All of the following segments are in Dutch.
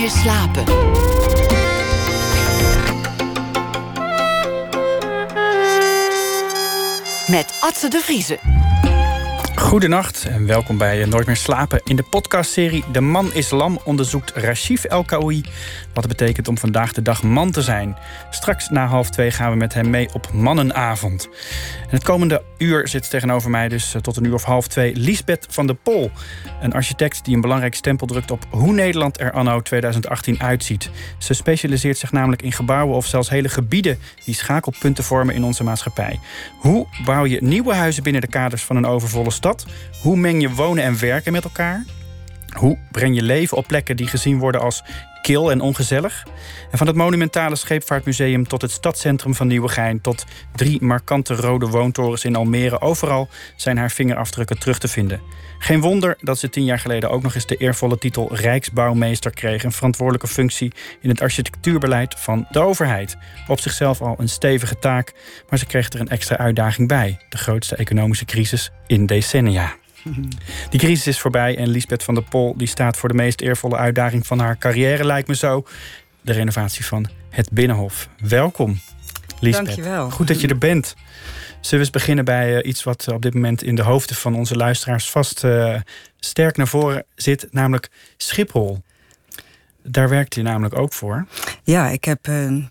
meer slapen. Met Atze de Vrieze. Goedenacht en welkom bij Nooit meer slapen. In de podcastserie De Man is Lam onderzoekt Rachif El-Kaoui wat het betekent om vandaag de dag man te zijn. Straks na 1:30 gaan we met hem mee op mannenavond. En het komende uur zit tegenover mij dus tot 1:30 Liesbeth van der Pol. Een architect die een belangrijk stempel drukt op hoe Nederland er anno 2018 uitziet. Ze specialiseert zich namelijk in gebouwen of zelfs hele gebieden die schakelpunten vormen in onze maatschappij. Hoe bouw je nieuwe huizen binnen de kaders van een overvolle stad? Hoe meng je wonen en werken met elkaar? Hoe breng je leven op plekken die gezien worden als kil en ongezellig? En van het monumentale scheepvaartmuseum tot het stadscentrum van Nieuwegein, tot 3 markante rode woontorens in Almere. Overal zijn haar vingerafdrukken terug te vinden. Geen wonder dat ze 10 jaar geleden ook nog eens de eervolle titel Rijksbouwmeester kreeg. Een verantwoordelijke functie in het architectuurbeleid van de overheid. Op zichzelf al een stevige taak, maar ze kreeg er een extra uitdaging bij. De grootste economische crisis in decennia. Die crisis is voorbij en Liesbeth van der Pol die staat voor de meest eervolle uitdaging van haar carrière, lijkt me zo. De renovatie van het Binnenhof. Welkom, Liesbeth. Dankjewel. Goed dat je er bent. Zullen we eens beginnen bij iets wat op dit moment in de hoofden van onze luisteraars vast sterk naar voren zit, namelijk Schiphol. Daar werkt u namelijk ook voor. Ja, ik heb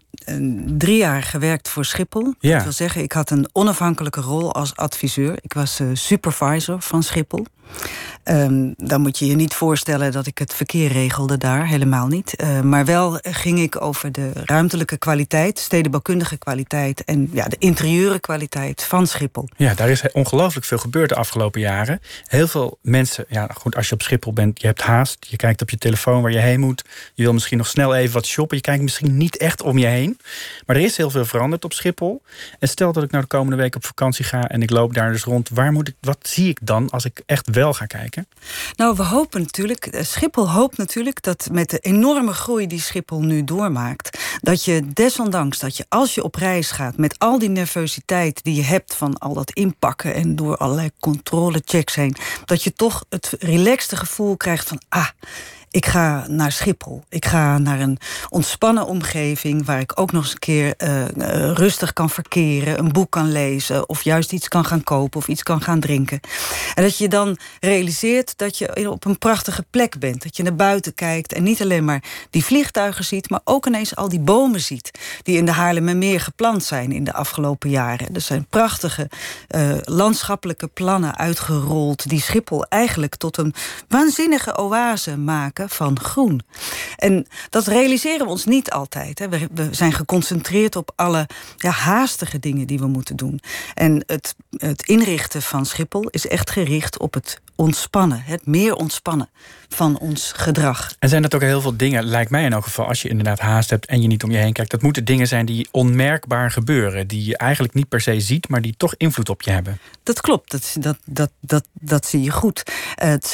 3 jaar gewerkt voor Schiphol. Ja. Dat wil zeggen, ik had een onafhankelijke rol als adviseur. Ik was supervisor van Schiphol. Dan moet je je niet voorstellen dat ik het verkeer regelde daar, helemaal niet. Maar wel ging ik over de ruimtelijke kwaliteit, stedenbouwkundige kwaliteit en de interieurenkwaliteit van Schiphol. Ja, daar is ongelooflijk veel gebeurd de afgelopen jaren. Heel veel mensen, goed, als je op Schiphol bent, je hebt haast, je kijkt op je telefoon waar je heen moet, je wil misschien nog snel even wat shoppen, je kijkt misschien niet echt om je heen. Maar er is heel veel veranderd op Schiphol. En stel dat ik nou de komende week op vakantie ga en ik loop daar dus rond, wat zie ik dan als ik echt wel ga kijken? Nou, we hopen natuurlijk, Schiphol hoopt natuurlijk dat met de enorme groei die Schiphol nu doormaakt, dat je desondanks dat je als je op reis gaat met al die nervositeit die je hebt van al dat inpakken en door allerlei controlechecks heen, dat je toch het relaxte gevoel krijgt van ik ga naar Schiphol. Ik ga naar een ontspannen omgeving waar ik ook nog eens een keer rustig kan verkeren, een boek kan lezen of juist iets kan gaan kopen of iets kan gaan drinken. En dat je dan realiseert dat je op een prachtige plek bent. Dat je naar buiten kijkt en niet alleen maar die vliegtuigen ziet, maar ook ineens al die bomen ziet die in de Haarlemmermeer geplant zijn in de afgelopen jaren. Er zijn prachtige landschappelijke plannen uitgerold die Schiphol eigenlijk tot een waanzinnige oase maken van groen. En dat realiseren we ons niet altijd. Hè. We zijn geconcentreerd op alle haastige dingen die we moeten doen. En het inrichten van Schiphol is echt gericht op het ontspannen. Het meer ontspannen van ons gedrag. En zijn dat ook heel veel dingen, lijkt mij in elk geval, als je inderdaad haast hebt en je niet om je heen kijkt, dat moeten dingen zijn die onmerkbaar gebeuren, die je eigenlijk niet per se ziet, maar die toch invloed op je hebben. Dat klopt, dat zie je goed. Het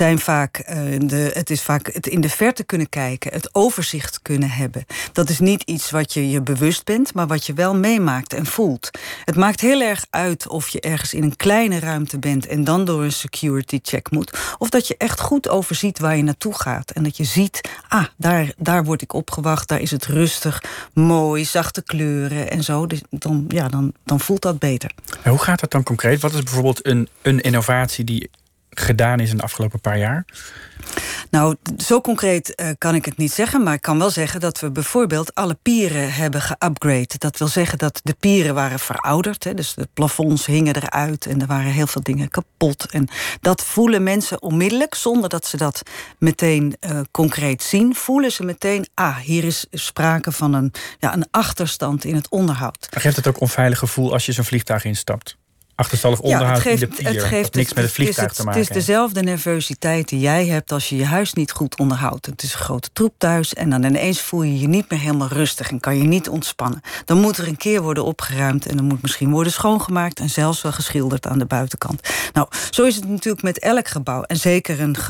is vaak het in de verte kunnen kijken, het overzicht kunnen hebben. Dat is niet iets wat je bewust bent, maar wat je wel meemaakt en voelt. Het maakt heel erg uit of je ergens in een kleine ruimte bent en dan door een security check moet, of dat je echt goed overziet waar je naartoe gaat. En dat je ziet, daar word ik opgewacht, daar is het rustig, mooi, zachte kleuren en zo. Dus dan voelt dat beter. En hoe gaat dat dan concreet? Wat is bijvoorbeeld een innovatie die gedaan is in de afgelopen paar jaar? Nou, zo concreet kan ik het niet zeggen, maar ik kan wel zeggen dat we bijvoorbeeld alle pieren hebben geupgrade. Dat wil zeggen dat de pieren waren verouderd, hè, dus de plafonds hingen eruit en er waren heel veel dingen kapot. En dat voelen mensen onmiddellijk, zonder dat ze dat meteen concreet zien, voelen ze meteen, hier is sprake van een achterstand in het onderhoud. Maar geeft het ook onveilig gevoel als je zo'n vliegtuig instapt? Achterstallig onderhoud in de pier, dat niks met het vliegtuig te maken heeft. Het is dezelfde nervositeit die jij hebt als je je huis niet goed onderhoudt. Het is een grote troep thuis en dan ineens voel je je niet meer helemaal rustig en kan je niet ontspannen. Dan moet er een keer worden opgeruimd en dan moet misschien worden schoongemaakt en zelfs wel geschilderd aan de buitenkant. Nou, zo is het natuurlijk met elk gebouw. En zeker een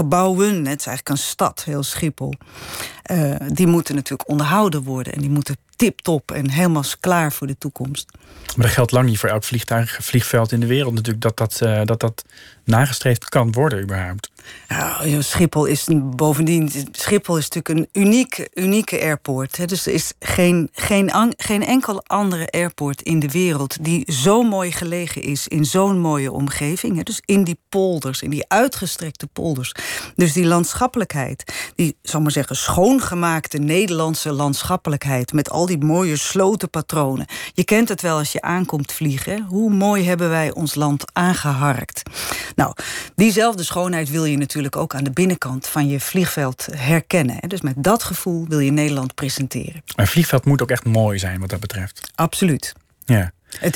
gebouwen, het is eigenlijk een stad, heel Schiphol. Die moeten natuurlijk onderhouden worden en die moeten tip-top en helemaal klaar voor de toekomst. Maar dat geldt lang niet voor elk vliegveld in de wereld natuurlijk, dat nagestreefd kan worden überhaupt. Ja, Schiphol is natuurlijk een unieke airport. Hè. Dus er is geen enkel andere airport in de wereld die zo mooi gelegen is in zo'n mooie omgeving. Hè. Dus in die polders, in die uitgestrekte polders. Dus die landschappelijkheid, die, zal maar zeggen, schoongemaakte Nederlandse landschappelijkheid met al die mooie slotenpatronen. Je kent het wel als je aankomt vliegen. Hè. Hoe mooi hebben wij ons land aangeharkt. Nou, diezelfde schoonheid wil je natuurlijk ook aan de binnenkant van je vliegveld herkennen. Dus met dat gevoel wil je Nederland presenteren. Een vliegveld moet ook echt mooi zijn wat dat betreft. Absoluut. Ja. Het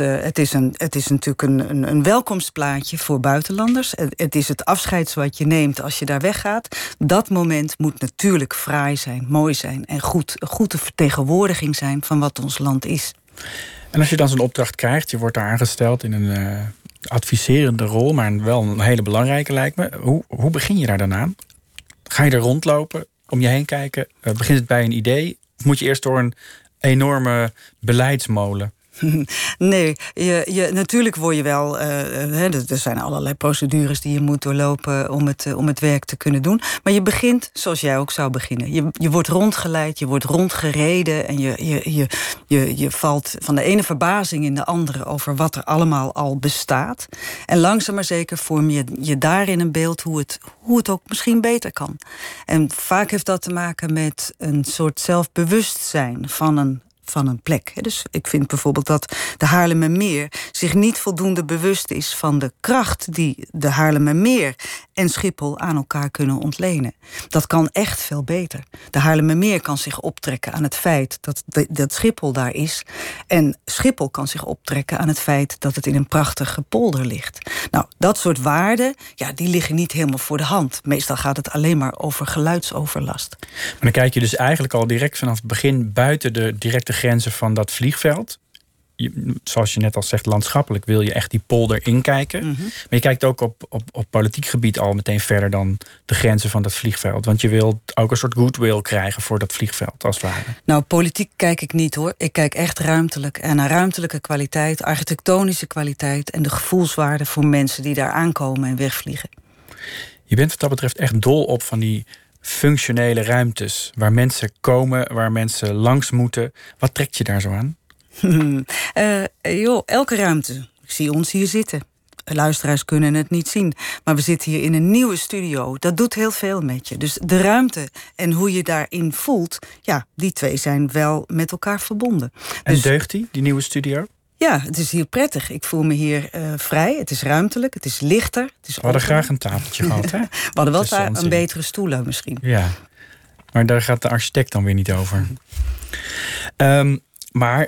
is natuurlijk een welkomstplaatje voor buitenlanders. Het is het afscheid wat je neemt als je daar weggaat. Dat moment moet natuurlijk fraai zijn, mooi zijn en goed de vertegenwoordiging zijn van wat ons land is. En als je dan zo'n opdracht krijgt, je wordt daar aangesteld in een adviserende rol, maar wel een hele belangrijke lijkt me. Hoe begin je daar dan aan? Ga je er rondlopen, om je heen kijken? Begint het bij een idee? Of moet je eerst door een enorme beleidsmolen? Nee, natuurlijk word je wel. Er zijn allerlei procedures die je moet doorlopen om het werk te kunnen doen. Maar je begint zoals jij ook zou beginnen. Je wordt rondgeleid, je wordt rondgereden en je valt van de ene verbazing in de andere over wat er allemaal al bestaat. En langzaam maar zeker vorm je daarin een beeld hoe het ook misschien beter kan. En vaak heeft dat te maken met een soort zelfbewustzijn van een plek. Dus ik vind bijvoorbeeld dat de Haarlemmermeer zich niet voldoende bewust is van de kracht die de Haarlemmermeer en Schiphol aan elkaar kunnen ontlenen. Dat kan echt veel beter. De Haarlemmermeer kan zich optrekken aan het feit dat Schiphol daar is. En Schiphol kan zich optrekken aan het feit dat het in een prachtige polder ligt. Nou, dat soort waarden, die liggen niet helemaal voor de hand. Meestal gaat het alleen maar over geluidsoverlast. Maar dan kijk je dus eigenlijk al direct vanaf het begin buiten de directe grenzen van dat vliegveld. Zoals je net al zegt, landschappelijk wil je echt die polder inkijken. Mm-hmm. Maar je kijkt ook op politiek gebied al meteen verder dan de grenzen van dat vliegveld. Want je wilt ook een soort goodwill krijgen voor dat vliegveld, als het ware. Nou, politiek kijk ik niet hoor. Ik kijk echt ruimtelijk en naar ruimtelijke kwaliteit, architectonische kwaliteit en de gevoelswaarde voor mensen die daar aankomen en wegvliegen. Je bent wat dat betreft echt dol op van die functionele ruimtes, waar mensen komen, waar mensen langs moeten. Wat trekt je daar zo aan? Elke ruimte. Ik zie ons hier zitten. Luisteraars kunnen het niet zien. Maar we zitten hier in een nieuwe studio. Dat doet heel veel met je. Dus de ruimte en hoe je daarin voelt, die twee zijn wel met elkaar verbonden. En dus, deugt die nieuwe studio? Ja, het is hier prettig. Ik voel me hier vrij. Het is ruimtelijk, het is lichter. Het is we hadden graag een tafeltje gehad, hè? We hadden wel een betere stoelen misschien. Ja, maar daar gaat de architect dan weer niet over. Maar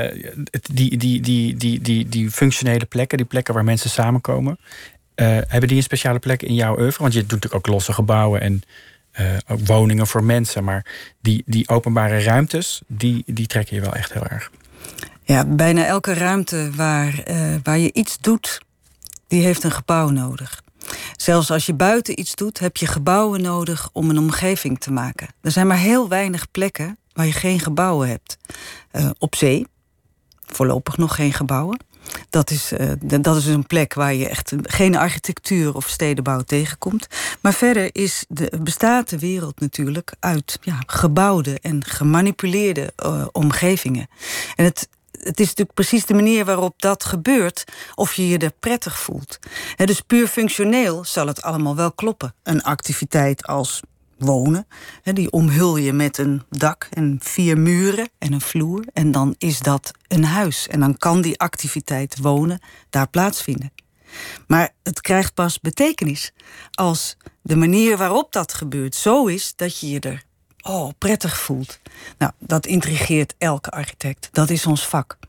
die functionele plekken, die plekken waar mensen samenkomen, hebben die een speciale plek in jouw oeuvre? Want je doet natuurlijk ook losse gebouwen en ook woningen voor mensen. Maar die openbare ruimtes, die trekken je wel echt heel erg. Ja, bijna elke ruimte waar je iets doet, die heeft een gebouw nodig. Zelfs als je buiten iets doet, heb je gebouwen nodig om een omgeving te maken. Er zijn maar heel weinig plekken waar je geen gebouwen hebt. Op zee, voorlopig nog geen gebouwen. Dat is een plek waar je echt geen architectuur of stedenbouw tegenkomt. Maar verder bestaat de wereld natuurlijk uit gebouwde en gemanipuleerde omgevingen. En het is natuurlijk precies de manier waarop dat gebeurt, of je je er prettig voelt. Dus puur functioneel zal het allemaal wel kloppen. Een activiteit als wonen, die omhul je met een dak en 4 muren en een vloer. En dan is dat een huis. En dan kan die activiteit wonen daar plaatsvinden. Maar het krijgt pas betekenis als de manier waarop dat gebeurt zo is dat je je er prettig voelt. Nou, dat intrigeert elke architect. Dat is ons vak.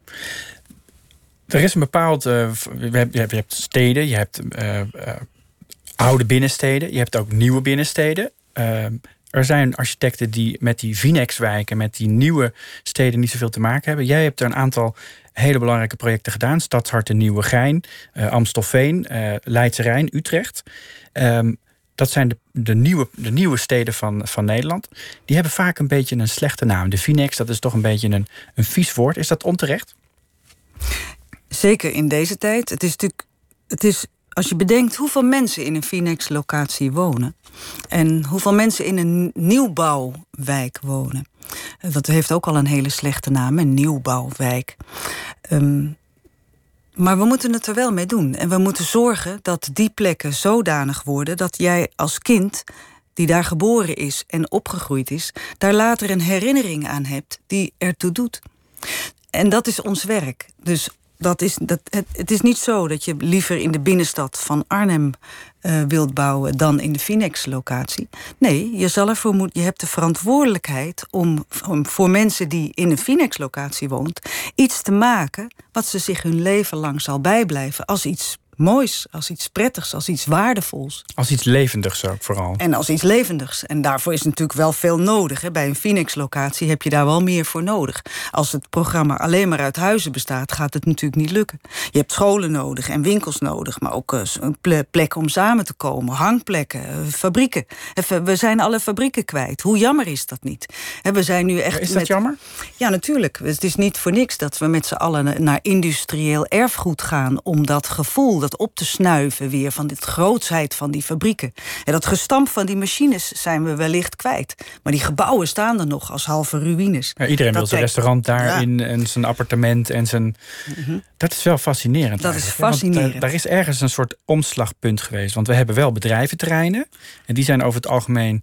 Er is een bepaald... je hebt steden, je hebt oude binnensteden, je hebt ook nieuwe binnensteden. Er zijn architecten die met die Vinex-wijken, met die nieuwe steden niet zoveel te maken hebben. Jij hebt er een aantal hele belangrijke projecten gedaan. Stadsharten Nieuwegein, Amstelveen, Leidse Rijn, Utrecht. dat zijn de nieuwe steden van Nederland. Die hebben vaak een beetje een slechte naam. De Vinex, dat is toch een beetje een vies woord. Is dat onterecht? Zeker in deze tijd. Het is als je bedenkt hoeveel mensen in een Vinex-locatie wonen en hoeveel mensen in een nieuwbouwwijk wonen. Dat heeft ook al een hele slechte naam, een nieuwbouwwijk. Maar we moeten het er wel mee doen. En we moeten zorgen dat die plekken zodanig worden dat jij als kind die daar geboren is en opgegroeid is, daar later een herinnering aan hebt die ertoe doet. En dat is ons werk. Dus het is niet zo dat je liever in de binnenstad van Arnhem wilt bouwen dan in de Vinex-locatie. Nee, je hebt de verantwoordelijkheid om voor mensen die in een Vinex-locatie woont iets te maken wat ze zich hun leven lang zal bijblijven als iets moois, als iets prettigs, als iets waardevols. Als iets levendigs ook vooral. En als iets levendigs. En daarvoor is natuurlijk wel veel nodig. Hè. Bij een Vinex-locatie heb je daar wel meer voor nodig. Als het programma alleen maar uit huizen bestaat, gaat het natuurlijk niet lukken. Je hebt scholen nodig en winkels nodig, maar ook plekken om samen te komen, hangplekken, fabrieken. We zijn alle fabrieken kwijt. Hoe jammer is dat niet? We zijn nu echt. Is dat jammer? Ja, natuurlijk. Het is niet voor niks dat we met z'n allen naar industrieel erfgoed gaan om dat gevoel, dat op te snuiven weer van de grootsheid van die fabrieken. En dat gestamp van die machines zijn we wellicht kwijt. Maar die gebouwen staan er nog als halve ruïnes. Ja, iedereen wil zijn restaurant daarin en zijn appartement en zijn. Dat is wel fascinerend. Dat is fascinerend. Want, daar is ergens een soort omslagpunt geweest. Want we hebben wel bedrijventerreinen. En die zijn over het algemeen,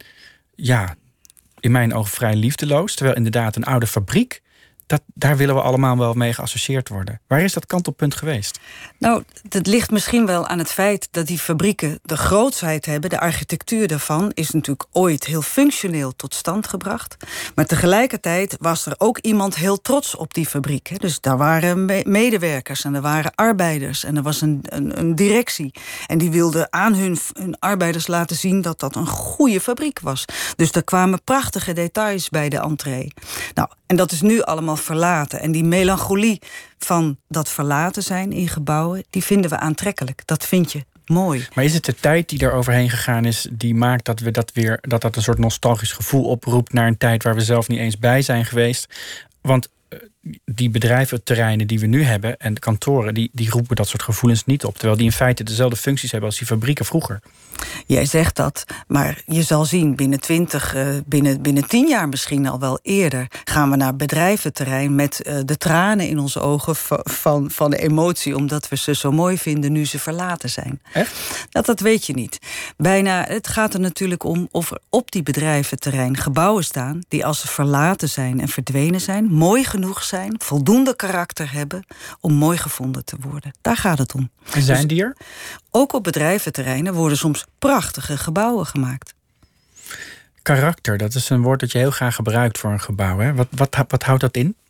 in mijn ogen vrij liefdeloos. Terwijl inderdaad een oude fabriek, daar willen we allemaal wel mee geassocieerd worden. Waar is dat kantelpunt geweest? Nou, het ligt misschien wel aan het feit dat die fabrieken de grootsheid hebben. De architectuur daarvan is natuurlijk ooit heel functioneel tot stand gebracht. Maar tegelijkertijd was er ook iemand heel trots op die fabriek. Hè. Dus daar waren medewerkers en er waren arbeiders en er was een directie. En die wilden aan hun arbeiders laten zien dat dat een goede fabriek was. Dus er kwamen prachtige details bij de entree. Nou, en dat is nu allemaal verlaten. En die melancholie van dat verlaten zijn in gebouwen, die vinden we aantrekkelijk. Dat vind je mooi. Maar is het de tijd die er overheen gegaan is, die maakt dat dat een soort nostalgisch gevoel oproept naar een tijd waar we zelf niet eens bij zijn geweest? Want die bedrijventerreinen die we nu hebben en de kantoren, die roepen dat soort gevoelens niet op. Terwijl die in feite dezelfde functies hebben als die fabrieken vroeger. Jij zegt dat, maar je zal zien binnen 10 jaar misschien al wel eerder gaan we naar bedrijventerrein met de tranen in onze ogen van de emotie, omdat we ze zo mooi vinden nu ze verlaten zijn. Echt? Dat weet je niet. Het gaat er natuurlijk om of er op die bedrijventerrein gebouwen staan die als ze verlaten zijn en verdwenen zijn, mooi genoeg zijn, voldoende karakter hebben om mooi gevonden te worden. Daar gaat het om. En zijn die er? Ook op bedrijventerreinen worden soms prachtige gebouwen gemaakt. Karakter, dat is een woord dat je heel graag gebruikt voor een gebouw. Hè? Wat houdt dat in?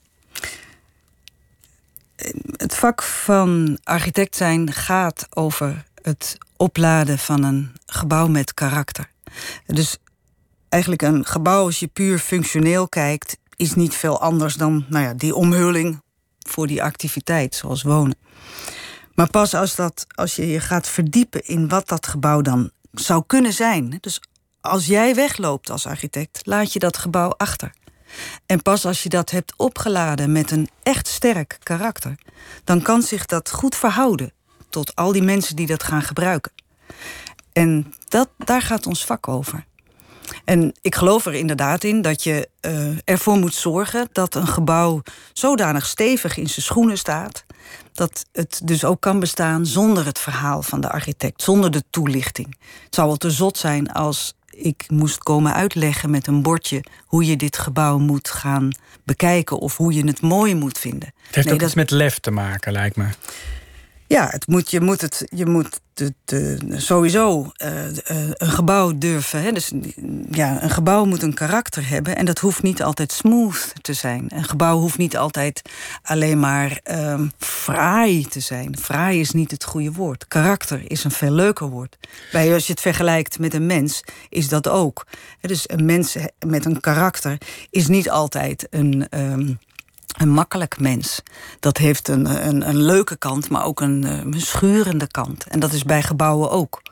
Het vak van architect zijn gaat over het opladen van een gebouw met karakter. Dus eigenlijk een gebouw, als je puur functioneel kijkt, is niet veel anders dan die omhulling voor die activiteit, zoals wonen. Maar pas als je je gaat verdiepen in wat dat gebouw dan zou kunnen zijn. Dus als jij wegloopt als architect, laat je dat gebouw achter. En pas als je dat hebt opgeladen met een echt sterk karakter, dan kan zich dat goed verhouden tot al die mensen die dat gaan gebruiken. En daar gaat ons vak over. En ik geloof er inderdaad in dat je ervoor moet zorgen dat een gebouw zodanig stevig in zijn schoenen staat, dat het dus ook kan bestaan zonder het verhaal van de architect, zonder de toelichting. Het zou wel te zot zijn als ik moest komen uitleggen met een bordje hoe je dit gebouw moet gaan bekijken of hoe je het mooi moet vinden. Het heeft ook iets met lef te maken, lijkt me. Ja, je moet sowieso een gebouw durven. Hè? Dus een gebouw moet een karakter hebben en dat hoeft niet altijd smooth te zijn. Een gebouw hoeft niet altijd alleen maar fraai te zijn. Fraai is niet het goede woord. Karakter is een veel leuker woord. Als je het vergelijkt met een mens, is dat ook. Dus een mens met een karakter is niet altijd een makkelijk mens. Dat heeft een leuke kant, maar ook een schurende kant. En dat is bij gebouwen ook.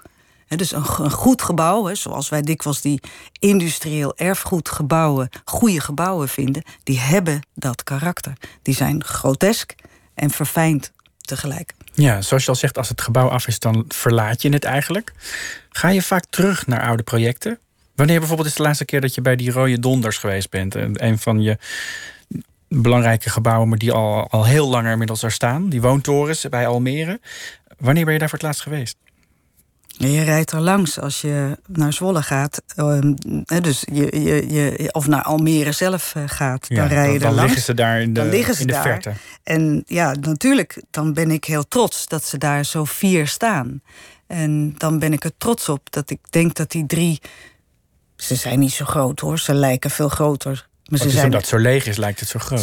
Dus een goed gebouw, zoals wij dikwijls die industrieel erfgoedgebouwen, goede gebouwen vinden, die hebben dat karakter. Die zijn grotesk en verfijnd tegelijk. Ja, zoals je al zegt, als het gebouw af is, dan verlaat je het eigenlijk. Ga je vaak terug naar oude projecten? Wanneer bijvoorbeeld is de laatste keer dat je bij die Rode Donders geweest bent? Een van je belangrijke gebouwen, maar die al heel langer inmiddels daar staan. Die woontorens bij Almere. Wanneer ben je daar voor het laatst geweest? Je rijdt er langs als je naar Zwolle gaat. Dus of naar Almere zelf gaat. Dan rij je er langs. Dan liggen ze daar in de verte. En ja, natuurlijk, dan ben ik heel trots dat ze daar zo fier staan. En dan ben ik er trots op dat ik denk dat die 3... Ze zijn niet zo groot, hoor. Ze lijken veel groter. Maar omdat het zo leeg is, lijkt het zo groot.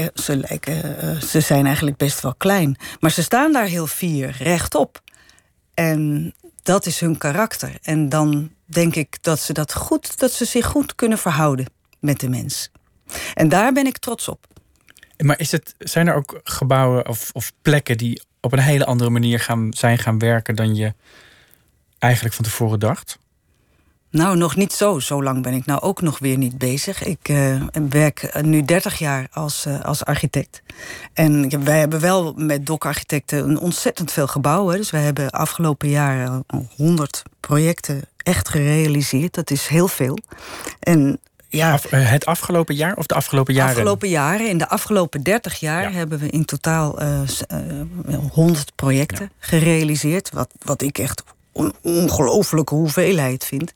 Ze zijn eigenlijk best wel klein. Maar ze staan daar heel fier, rechtop. En dat is hun karakter. En dan denk ik dat ze zich goed kunnen verhouden met de mens. En daar ben ik trots op. Maar zijn er ook gebouwen of plekken die op een hele andere manier gaan werken dan je eigenlijk van tevoren dacht? Nou, nog niet zo. Zo lang ben ik nou ook nog weer niet bezig. Ik werk nu 30 jaar als architect. En wij hebben wel met DOC Architecten een ontzettend veel gebouwen. Dus wij hebben afgelopen jaren 100 projecten echt gerealiseerd. Dat is heel veel. En ja, het afgelopen jaar of de afgelopen jaren? Afgelopen jaren. In de afgelopen 30 jaar hebben we in totaal 100 projecten gerealiseerd. Wat ik echt een ongelofelijke hoeveelheid vind.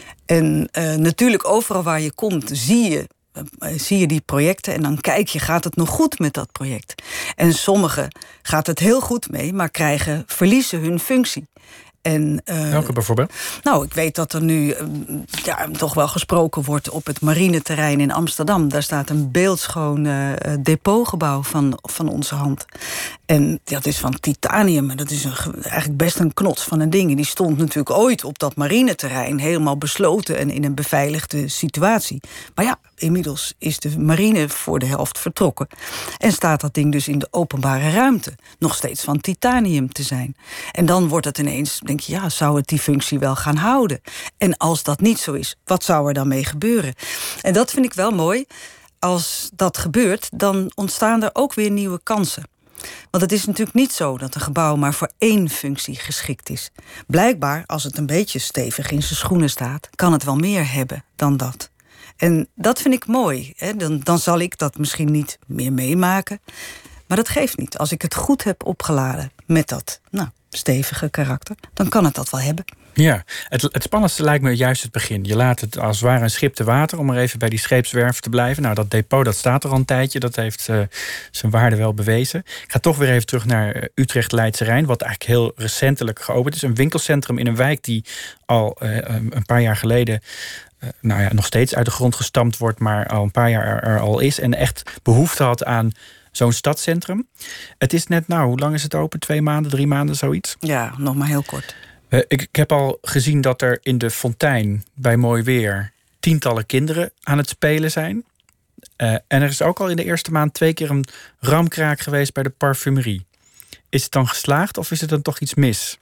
En natuurlijk overal waar je komt zie je die projecten en dan kijk je, gaat het nog goed met dat project? En sommige gaat het heel goed mee, maar verliezen hun functie. En, welke bijvoorbeeld? Nou, ik weet dat er nu toch wel gesproken wordt op het marineterrein in Amsterdam. Daar staat een beeldschoon depotgebouw van onze hand. En dat is van titanium. En dat is eigenlijk best een knots van een ding. En die stond natuurlijk ooit op dat marineterrein helemaal besloten en in een beveiligde situatie. Maar ja, inmiddels is de marine voor de helft vertrokken. En staat dat ding dus in de openbare ruimte. Nog steeds van titanium te zijn. En dan wordt het ineens, denk je, ja, zou het die functie wel gaan houden? En als dat niet zo is, wat zou er dan mee gebeuren? En dat vind ik wel mooi. Als dat gebeurt, dan ontstaan er ook weer nieuwe kansen. Want het is natuurlijk niet zo dat een gebouw maar voor één functie geschikt is. Blijkbaar, als het een beetje stevig in zijn schoenen staat, kan het wel meer hebben dan dat. En dat vind ik mooi. Dan zal ik dat misschien niet meer meemaken. Maar dat geeft niet. Als ik het goed heb opgeladen met dat stevige karakter, dan kan het dat wel hebben. Ja, het spannendste lijkt me juist het begin. Je laat het als het ware een schip te water, om maar even bij die scheepswerf te blijven. Nou, dat depot, dat staat er al een tijdje. Dat heeft zijn waarde wel bewezen. Ik ga toch weer even terug naar Utrecht-Leidse Rijn, wat eigenlijk heel recentelijk geopend is. Een winkelcentrum in een wijk die al een paar jaar geleden nog steeds uit de grond gestampt wordt, maar al een paar jaar er al is. En echt behoefte had aan zo'n stadscentrum. Het is net, hoe lang is het open? 2 maanden, 3 maanden, zoiets? Ja, nog maar heel kort. Ik heb al gezien dat er in de fontein bij mooi weer tientallen kinderen aan het spelen zijn. En er is ook al in de eerste maand 2 keer een ramkraak geweest bij de parfumerie. Is het dan geslaagd of is het dan toch iets mis?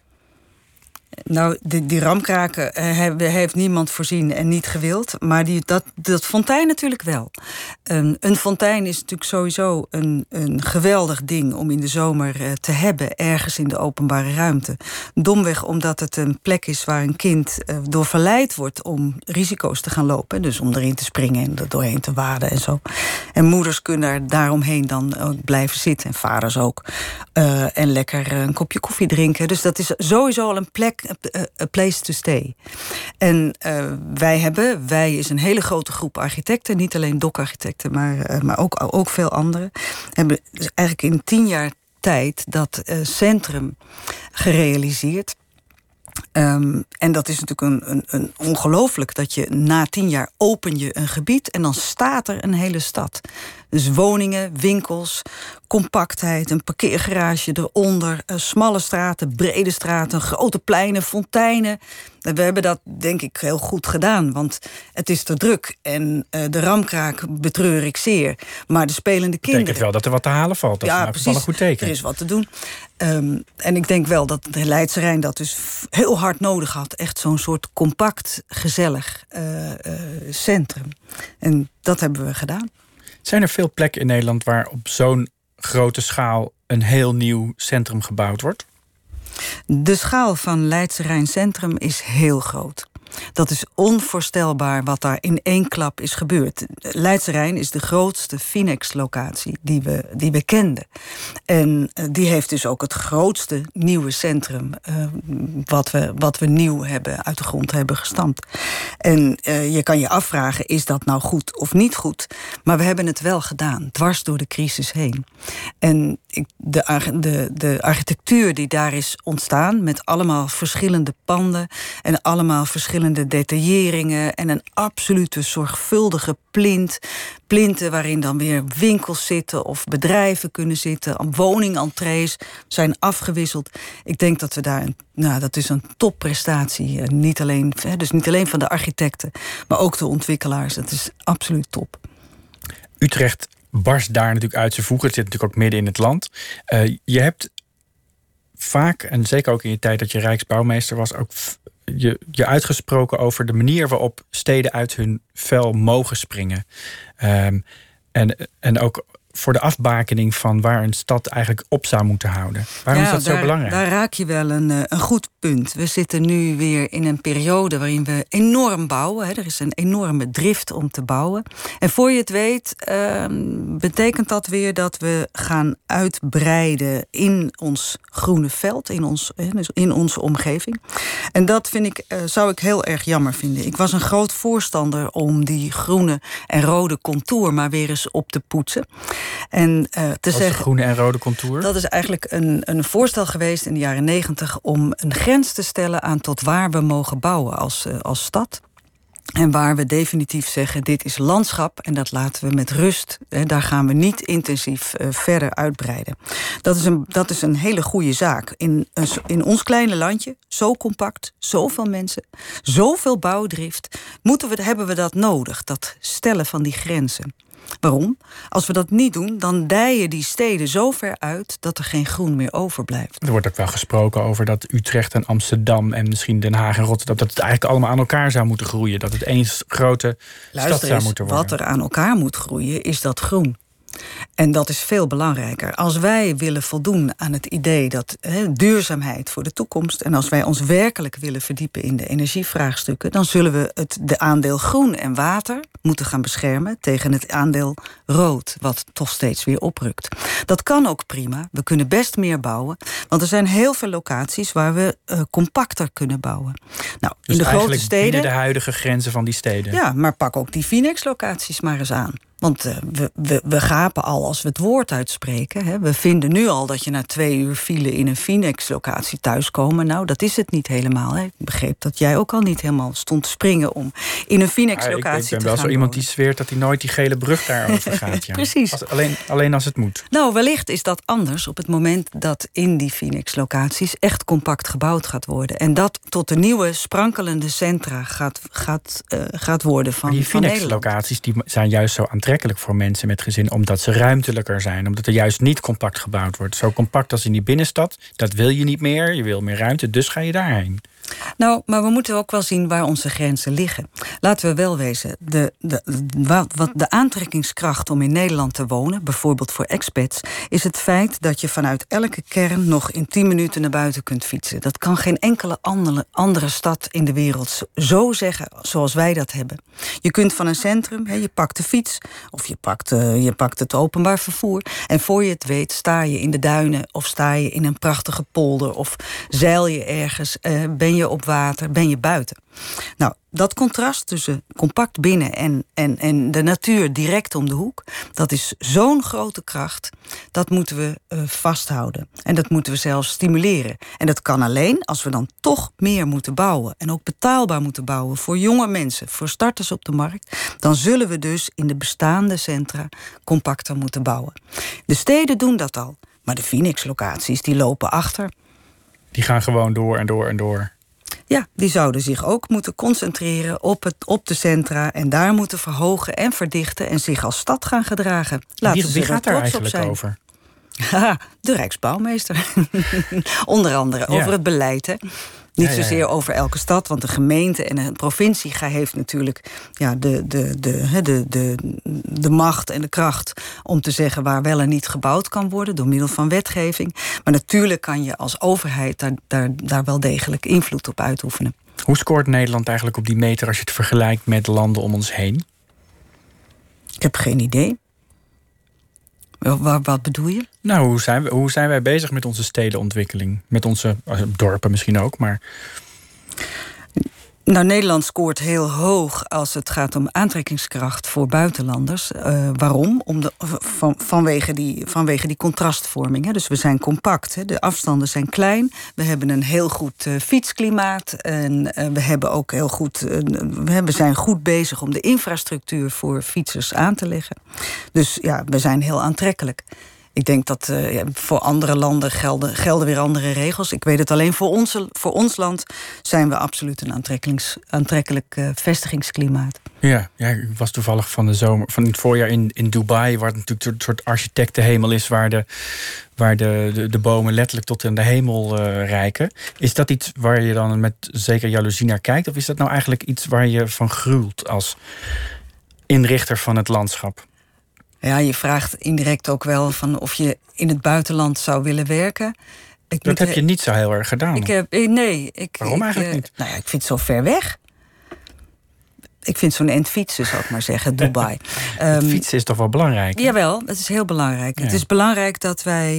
Nou, die ramkraken heeft niemand voorzien en niet gewild. Maar dat fontein natuurlijk wel. Een fontein is natuurlijk sowieso een geweldig ding om in de zomer te hebben, ergens in de openbare ruimte. Domweg omdat het een plek is waar een kind door verleid wordt om risico's te gaan lopen. Dus om erin te springen en er doorheen te waden en zo. En moeders kunnen er daaromheen dan ook blijven zitten. En vaders ook. En lekker een kopje koffie drinken. Dus dat is sowieso al een plek, a place to stay. En wij is een hele grote groep architecten. Niet alleen DOC Architecten, maar ook veel anderen. Hebben eigenlijk in 10 jaar tijd dat centrum gerealiseerd. En dat is natuurlijk een ongelooflijk dat je na 10 jaar open je een gebied en dan staat er een hele stad. Dus woningen, winkels, compactheid, een parkeergarage eronder, smalle straten, brede straten, grote pleinen, fonteinen. We hebben dat denk ik heel goed gedaan, want het is te druk. En de ramkraak betreur ik zeer. Maar de spelende kinderen... betekent wel dat er wat te halen valt. Dat is in geval een goed teken. Er is wat te doen. En ik denk wel dat de Leidse Rijn dat dus heel hard nodig had. Echt zo'n soort compact, gezellig centrum. En dat hebben we gedaan. Zijn er veel plekken in Nederland waar op zo'n grote schaal een heel nieuw centrum gebouwd wordt? De schaal van Leidse Rijn Centrum is heel groot. Dat is onvoorstelbaar wat daar in één klap is gebeurd. Leidse Rijn is de grootste Finex-locatie die we kenden. En die heeft dus ook het grootste nieuwe centrum wat we nieuw uit de grond hebben gestampt. En je kan je afvragen, is dat nou goed of niet goed? Maar we hebben het wel gedaan, dwars door de crisis heen. En de architectuur die daar is ontstaan, met allemaal verschillende panden en allemaal verschillende detailleringen en een absolute zorgvuldige plinten waarin dan weer winkels zitten of bedrijven kunnen zitten, woningentrées zijn afgewisseld. Ik denk dat we daar dat is een topprestatie. Niet alleen van de architecten, maar ook de ontwikkelaars. Dat is absoluut top. Utrecht barst daar natuurlijk uit zijn voegen. Het zit natuurlijk ook midden in het land. Je hebt vaak, en zeker ook in je tijd dat je Rijksbouwmeester was, ook je uitgesproken over de manier waarop steden uit hun vel mogen springen. En ook voor de afbakening van waar een stad eigenlijk op zou moeten houden. Waarom is dat zo belangrijk? Daar raak je wel een goed punt. We zitten nu weer in een periode waarin we enorm bouwen. Er is een enorme drift om te bouwen. En voor je het weet, betekent dat weer dat we gaan uitbreiden in ons groene veld, in onze omgeving. En dat zou ik heel erg jammer vinden. Ik was een groot voorstander om die groene en rode contour maar weer eens op te poetsen. En te zeggen, groene en rode contour? Dat is eigenlijk een voorstel geweest in de jaren 90 om een grens te stellen aan tot waar we mogen bouwen als stad. En waar we definitief zeggen, dit is landschap en dat laten we met rust. Daar gaan we niet intensief verder uitbreiden. Dat is een hele goede zaak. In ons kleine landje, zo compact, zoveel mensen, zoveel bouwdrift, hebben we dat nodig, dat stellen van die grenzen. Waarom? Als we dat niet doen, dan dijen die steden zo ver uit dat er geen groen meer overblijft. Er wordt ook wel gesproken over dat Utrecht en Amsterdam en misschien Den Haag en Rotterdam, dat het eigenlijk allemaal aan elkaar zou moeten groeien. Dat het één grote stad zou moeten worden. Wat er aan elkaar moet groeien, is dat groen. En dat is veel belangrijker. Als wij willen voldoen aan het idee dat duurzaamheid voor de toekomst, en als wij ons werkelijk willen verdiepen in de energievraagstukken, dan zullen we de aandeel groen en water moeten gaan beschermen tegen het aandeel rood, wat toch steeds weer oprukt. Dat kan ook prima. We kunnen best meer bouwen, want er zijn heel veel locaties waar we compacter kunnen bouwen. Nou, dus in de grote steden, binnen de huidige grenzen van die steden. Ja, maar pak ook die Finex-locaties maar eens aan. Want we gapen al als we het woord uitspreken. Hè. We vinden nu al dat je na 2 uur file in een Finex-locatie thuiskomen. Nou, dat is het niet helemaal. Hè. Ik begreep dat jij ook al niet helemaal stond te springen om in een Finex-locatie te gaan. Ik ben wel zo iemand die zweert dat hij nooit die gele brug daarover gaat. Ja. Precies. Alleen als het moet. Nou, wellicht is dat anders op het moment dat in die Finex-locaties echt compact gebouwd gaat worden. En dat tot de nieuwe sprankelende centra gaat worden van Nederland. Die Finex-locaties die zijn juist zo aantrekkelijk voor mensen met gezin, omdat ze ruimtelijker zijn, omdat er juist niet compact gebouwd wordt. Zo compact als in die binnenstad, dat wil je niet meer, je wil meer ruimte, dus ga je daarheen. Nou, maar we moeten ook wel zien waar onze grenzen liggen. Laten we wel wezen, de aantrekkingskracht om in Nederland te wonen, bijvoorbeeld voor expats, is het feit dat je vanuit elke kern nog in 10 minuten naar buiten kunt fietsen. Dat kan geen enkele andere stad in de wereld zo zeggen zoals wij dat hebben. Je kunt van een centrum, je pakt de fiets of je pakt het openbaar vervoer en voor je het weet sta je in de duinen of sta je in een prachtige polder of zeil je ergens, ben ben je op water, ben je buiten. Nou, dat contrast tussen compact binnen en de natuur direct om de hoek, dat is zo'n grote kracht. Dat moeten we vasthouden. En dat moeten we zelfs stimuleren. En dat kan alleen als we dan toch meer moeten bouwen. En ook betaalbaar moeten bouwen voor jonge mensen, voor starters op de markt. Dan zullen we dus in de bestaande centra compacter moeten bouwen. De steden doen dat al. Maar de Phoenix-locaties die lopen achter. Die gaan gewoon door en door en door. Ja, die zouden zich ook moeten concentreren op de centra en daar moeten verhogen en verdichten en zich als stad gaan gedragen. Wie gaat daar eigenlijk over? De Rijksbouwmeester. Onder andere over het beleid. Hè. Niet zozeer over elke stad, want de gemeente en de provincie heeft natuurlijk de macht en de kracht om te zeggen waar wel en niet gebouwd kan worden door middel van wetgeving. Maar natuurlijk kan je als overheid daar wel degelijk invloed op uitoefenen. Hoe scoort Nederland eigenlijk op die meter als je het vergelijkt met landen om ons heen? Ik heb geen idee. Wat bedoel je? Nou, hoe zijn wij bezig met onze stedenontwikkeling? Met onze dorpen misschien ook, maar... Nou, Nederland scoort heel hoog als het gaat om aantrekkingskracht voor buitenlanders. Waarom? Vanwege die contrastvorming. Hè. Dus we zijn compact. Hè. De afstanden zijn klein. We hebben een heel goed fietsklimaat. En we hebben ook heel goed. We zijn goed bezig om de infrastructuur voor fietsers aan te leggen. Dus ja, we zijn heel aantrekkelijk. Ik denk dat voor andere landen gelden weer andere regels. Ik weet het alleen voor ons land zijn we absoluut een aantrekkelijk vestigingsklimaat. Ja, ik was toevallig van het voorjaar in Dubai, waar het natuurlijk een soort architectenhemel is, waar de bomen letterlijk tot in de hemel reiken. Is dat iets waar je dan met zeker jaloezie naar kijkt? Of is dat nou eigenlijk iets waar je van gruwelt als inrichter van het landschap? Ja, je vraagt indirect ook wel van of je in het buitenland zou willen werken. Dat heb je niet zo heel erg gedaan. Waarom eigenlijk niet? Nou ja, ik vind het zo ver weg. Ik vind zo'n end fietsen, zou ik maar zeggen, Dubai. Fietsen is toch wel belangrijk? Jawel, het is heel belangrijk. Ja. Het is belangrijk dat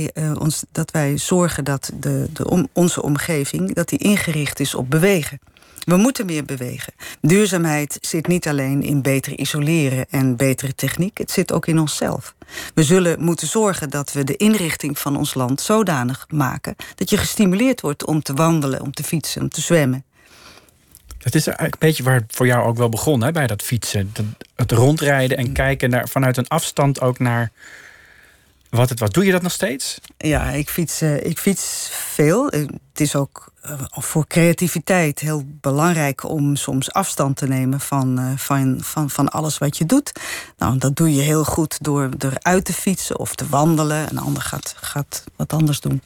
wij zorgen dat onze omgeving dat die ingericht is op bewegen. We moeten meer bewegen. Duurzaamheid zit niet alleen in beter isoleren en betere techniek. Het zit ook in onszelf. We zullen moeten zorgen dat we de inrichting van ons land zodanig maken dat je gestimuleerd wordt om te wandelen, om te fietsen, om te zwemmen. Het is eigenlijk een beetje waar het voor jou ook wel begon, hè, bij dat fietsen. Het rondrijden en kijken vanuit een afstand ook naar wat het was. Doe je dat nog steeds? Ja, ik fiets veel. Het is ook voor creativiteit heel belangrijk om soms afstand te nemen van alles wat je doet. Nou, dat doe je heel goed door eruit te fietsen of te wandelen. Een ander gaat wat anders doen.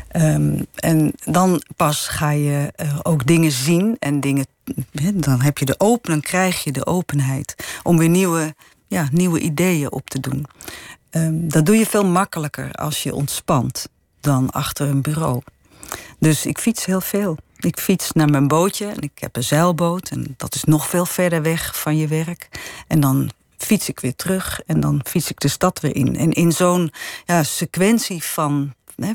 En dan pas ga je ook dingen zien en dan krijg je de openheid om weer nieuwe ideeën op te doen. Dat doe je veel makkelijker als je ontspant dan achter een bureau. Dus ik fiets heel veel. Ik fiets naar mijn bootje en ik heb een zeilboot en dat is nog veel verder weg van je werk. En dan fiets ik weer terug en dan fiets ik de stad weer in. En in zo'n sequentie van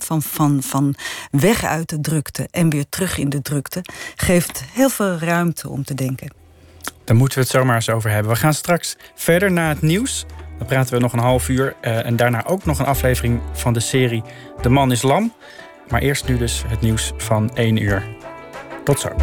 weg uit de drukte en weer terug in de drukte geeft heel veel ruimte om te denken. Daar moeten we het zomaar eens over hebben. We gaan straks verder naar het nieuws. Dan praten we nog een half uur. En daarna ook nog een aflevering van de serie De Man is Lam. Maar eerst nu dus het nieuws van 1 uur. Tot zo.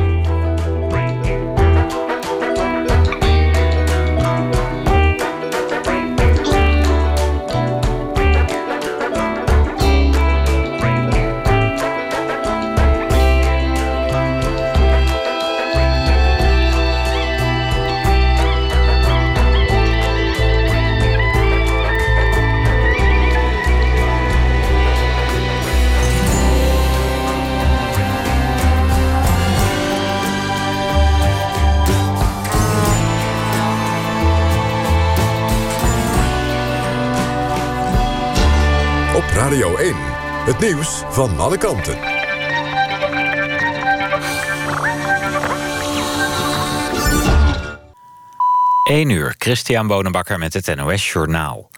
Radio 1, het nieuws van alle kanten. 1 uur, Christian Bonenbakker met het NOS Journaal.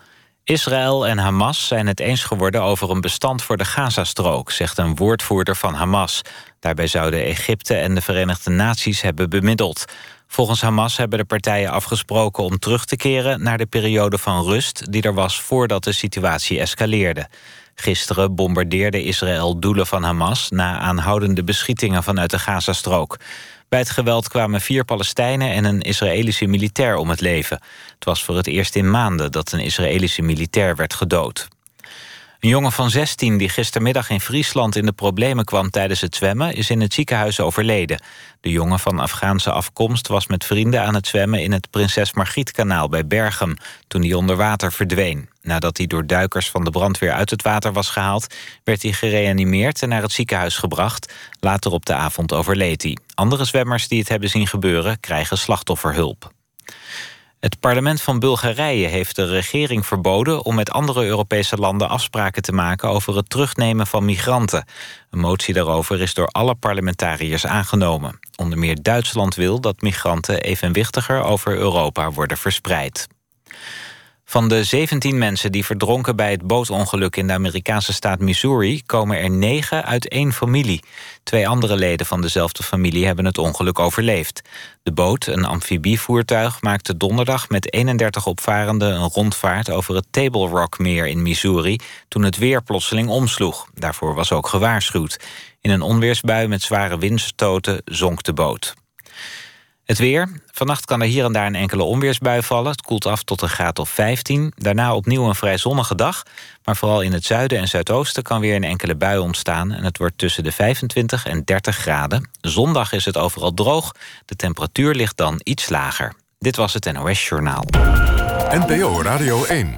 Israël en Hamas zijn het eens geworden over een bestand voor de Gazastrook, zegt een woordvoerder van Hamas. Daarbij zouden Egypte en de Verenigde Naties hebben bemiddeld. Volgens Hamas hebben de partijen afgesproken om terug te keren naar de periode van rust die er was voordat de situatie escaleerde. Gisteren bombardeerde Israël doelen van Hamas na aanhoudende beschietingen vanuit de Gazastrook. Bij het geweld kwamen 4 Palestijnen en een Israëlische militair om het leven. Het was voor het eerst in maanden dat een Israëlische militair werd gedood. Een jongen van 16 die gistermiddag in Friesland in de problemen kwam tijdens het zwemmen is in het ziekenhuis overleden. De jongen van Afghaanse afkomst was met vrienden aan het zwemmen in het Prinses Margrietkanaal bij Berchem toen hij onder water verdween. Nadat hij door duikers van de brandweer uit het water was gehaald, werd hij gereanimeerd en naar het ziekenhuis gebracht. Later op de avond overleed hij. Andere zwemmers die het hebben zien gebeuren krijgen slachtofferhulp. Het parlement van Bulgarije heeft de regering verboden om met andere Europese landen afspraken te maken over het terugnemen van migranten. Een motie daarover is door alle parlementariërs aangenomen. Onder meer Duitsland wil dat migranten evenwichtiger over Europa worden verspreid. Van de 17 mensen die verdronken bij het bootongeluk in de Amerikaanse staat Missouri komen er 9 uit 1 familie. 2 andere leden van dezelfde familie hebben het ongeluk overleefd. De boot, een amfibievoertuig, maakte donderdag met 31 opvarenden een rondvaart over het Table Rock meer in Missouri toen het weer plotseling omsloeg. Daarvoor was ook gewaarschuwd. In een onweersbui met zware windstoten zonk de boot. Het weer. Vannacht kan er hier en daar een enkele onweersbui vallen. Het koelt af tot een graad of 15. Daarna opnieuw een vrij zonnige dag. Maar vooral in het zuiden en zuidoosten kan weer een enkele bui ontstaan. En het wordt tussen de 25 en 30 graden. Zondag is het overal droog. De temperatuur ligt dan iets lager. Dit was het NOS Journaal. NPO Radio 1.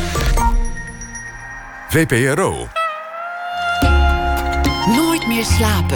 VPRO. Nooit meer slapen.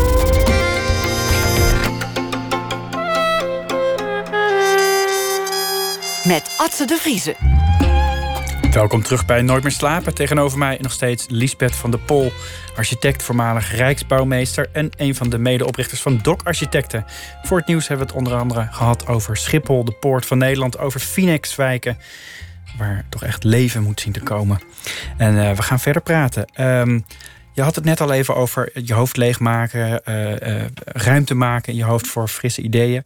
Met Atze de Vrieze. Welkom terug bij Nooit meer slapen. Tegenover mij nog steeds Liesbeth van der Pol, architect, voormalig Rijksbouwmeester en een van de medeoprichters van DOC Architecten. Voor het nieuws hebben we het onder andere gehad over Schiphol, de poort van Nederland, over Phoenixwijken, waar toch echt leven moet zien te komen. En we gaan verder praten. Je had het net al even over je hoofd leegmaken, ruimte maken in je hoofd voor frisse ideeën.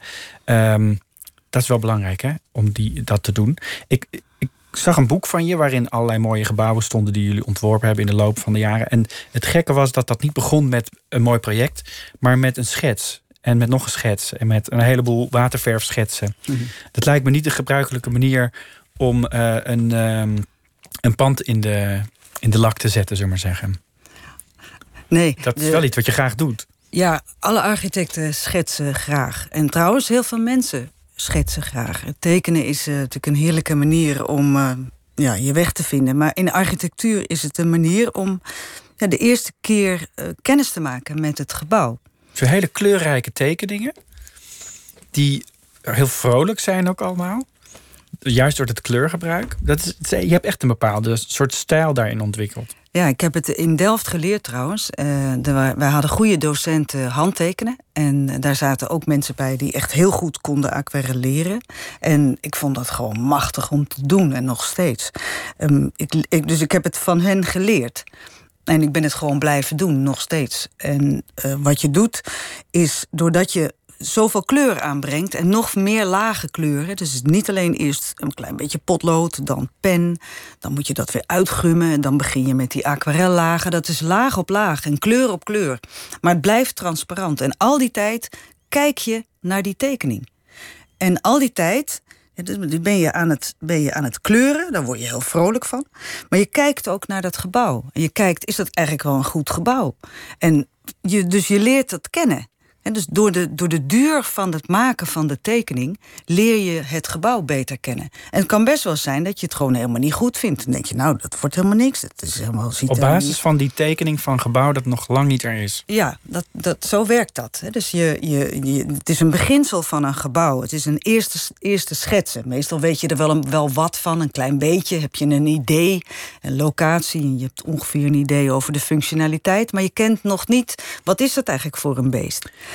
Dat is wel belangrijk, hè, om dat te doen. Ik zag een boek van je waarin allerlei mooie gebouwen stonden die jullie ontworpen hebben in de loop van de jaren. En het gekke was dat dat niet begon met een mooi project, maar met een schets. En met nog een schets. En met een heleboel waterverfschetsen. Mm-hmm. Dat lijkt me niet de gebruikelijke manier om een pand in de lak te zetten, zullen we maar zeggen. Nee. Dat is wel iets wat je graag doet. Ja, alle architecten schetsen graag. En trouwens, heel veel mensen schetsen graag. Het tekenen is natuurlijk een heerlijke manier om je weg te vinden. Maar in de architectuur is het een manier om de eerste keer kennis te maken met het gebouw. Zo hele kleurrijke tekeningen, die heel vrolijk zijn ook allemaal. Juist door het kleurgebruik. Je hebt echt een bepaalde soort stijl daarin ontwikkeld. Ja, ik heb het in Delft geleerd trouwens. Wij hadden goede docenten handtekenen. En daar zaten ook mensen bij die echt heel goed konden aquarelleren. En ik vond dat gewoon machtig om te doen en nog steeds. Dus ik heb het van hen geleerd. En ik ben het gewoon blijven doen, nog steeds. En wat je doet, is doordat je zoveel kleur aanbrengt en nog meer lage kleuren. Dus het is niet alleen eerst een klein beetje potlood, dan pen. Dan moet je dat weer uitgummen en dan begin je met die aquarellagen. Dat is laag op laag en kleur op kleur. Maar het blijft transparant. En al die tijd kijk je naar die tekening. En al die tijd ben je aan het kleuren, daar word je heel vrolijk van. Maar je kijkt ook naar dat gebouw. En je kijkt, is dat eigenlijk wel een goed gebouw? En je leert dat kennen. En dus door de duur van het maken van de tekening leer je het gebouw beter kennen. En het kan best wel zijn dat je het gewoon helemaal niet goed vindt. Dan denk je, nou, dat wordt helemaal niks. Dat is helemaal, op basis van die tekening van een gebouw dat nog lang niet er is. Ja, zo werkt dat. Dus het is een beginsel van een gebouw. Het is een eerste schetsen. Meestal weet je er wel wat van, een klein beetje. Heb je een idee, een locatie. En je hebt ongeveer een idee over de functionaliteit. Maar je kent nog niet, wat is dat eigenlijk voor een beest?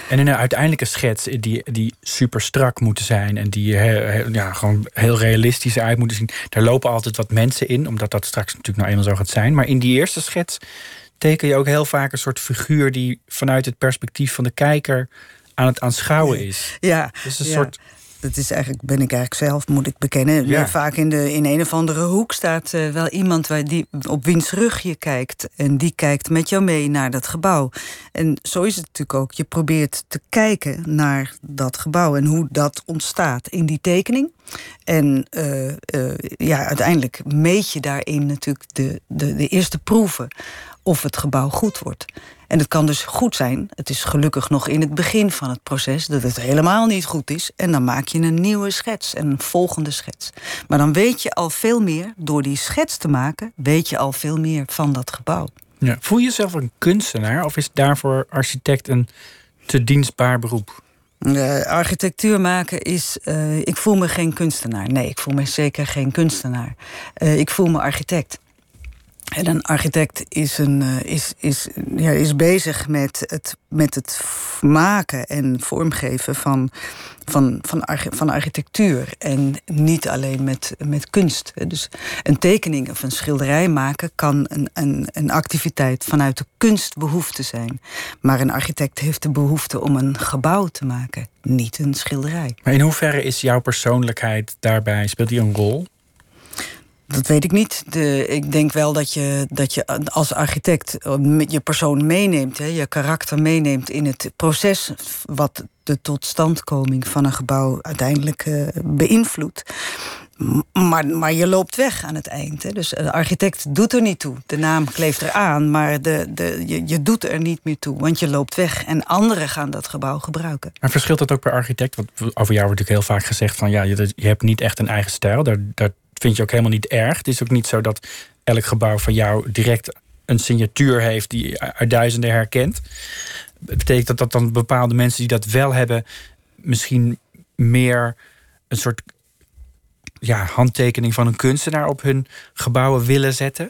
En in een uiteindelijke schets die super strak moeten zijn en die gewoon heel realistisch uit moeten zien, daar lopen altijd wat mensen in, omdat dat straks natuurlijk nou eenmaal zo gaat zijn. Maar in die eerste schets teken je ook heel vaak een soort figuur die vanuit het perspectief van de kijker aan het aanschouwen is. Ja, dus een soort. Dat is ben ik eigenlijk zelf, moet ik bekennen. Ja. Vaak in een of andere hoek staat wel iemand die op wiens rug je kijkt. En die kijkt met jou mee naar dat gebouw. En zo is het natuurlijk ook. Je probeert te kijken naar dat gebouw en hoe dat ontstaat in die tekening. En uiteindelijk meet je daarin natuurlijk de eerste proeven of het gebouw goed wordt. En het kan dus goed zijn, het is gelukkig nog in het begin van het proces, dat het helemaal niet goed is. En dan maak je een nieuwe schets en een volgende schets. Maar dan weet je al veel meer, door die schets te maken, weet je al veel meer van dat gebouw. Ja. Voel je jezelf een kunstenaar of is daarvoor architect een te dienstbaar beroep? Architectuur maken is. Ik voel me geen kunstenaar. Nee, ik voel me zeker geen kunstenaar. Ik voel me architect. En een architect is bezig met het maken en vormgeven van architectuur. En niet alleen met kunst. Dus een tekening of een schilderij maken kan een activiteit vanuit de kunstbehoefte zijn. Maar een architect heeft de behoefte om een gebouw te maken, niet een schilderij. Maar in hoeverre is jouw persoonlijkheid daarbij, speelt die een rol? Dat weet ik niet. Ik denk wel dat je als architect je persoon meeneemt, je karakter meeneemt in het proces wat de totstandkoming van een gebouw uiteindelijk beïnvloedt. Maar je loopt weg aan het eind. Hè. Dus de architect doet er niet toe. De naam kleeft eraan, maar je doet er niet meer toe. Want je loopt weg en anderen gaan dat gebouw gebruiken. Maar verschilt dat ook per architect? Want over jou wordt natuurlijk heel vaak gezegd van je hebt niet echt een eigen stijl. Daar vind je ook helemaal niet erg. Het is ook niet zo dat elk gebouw van jou direct een signatuur heeft die uit duizenden herkent. Betekent dat dan bepaalde mensen die dat wel hebben misschien meer een soort handtekening van een kunstenaar op hun gebouwen willen zetten?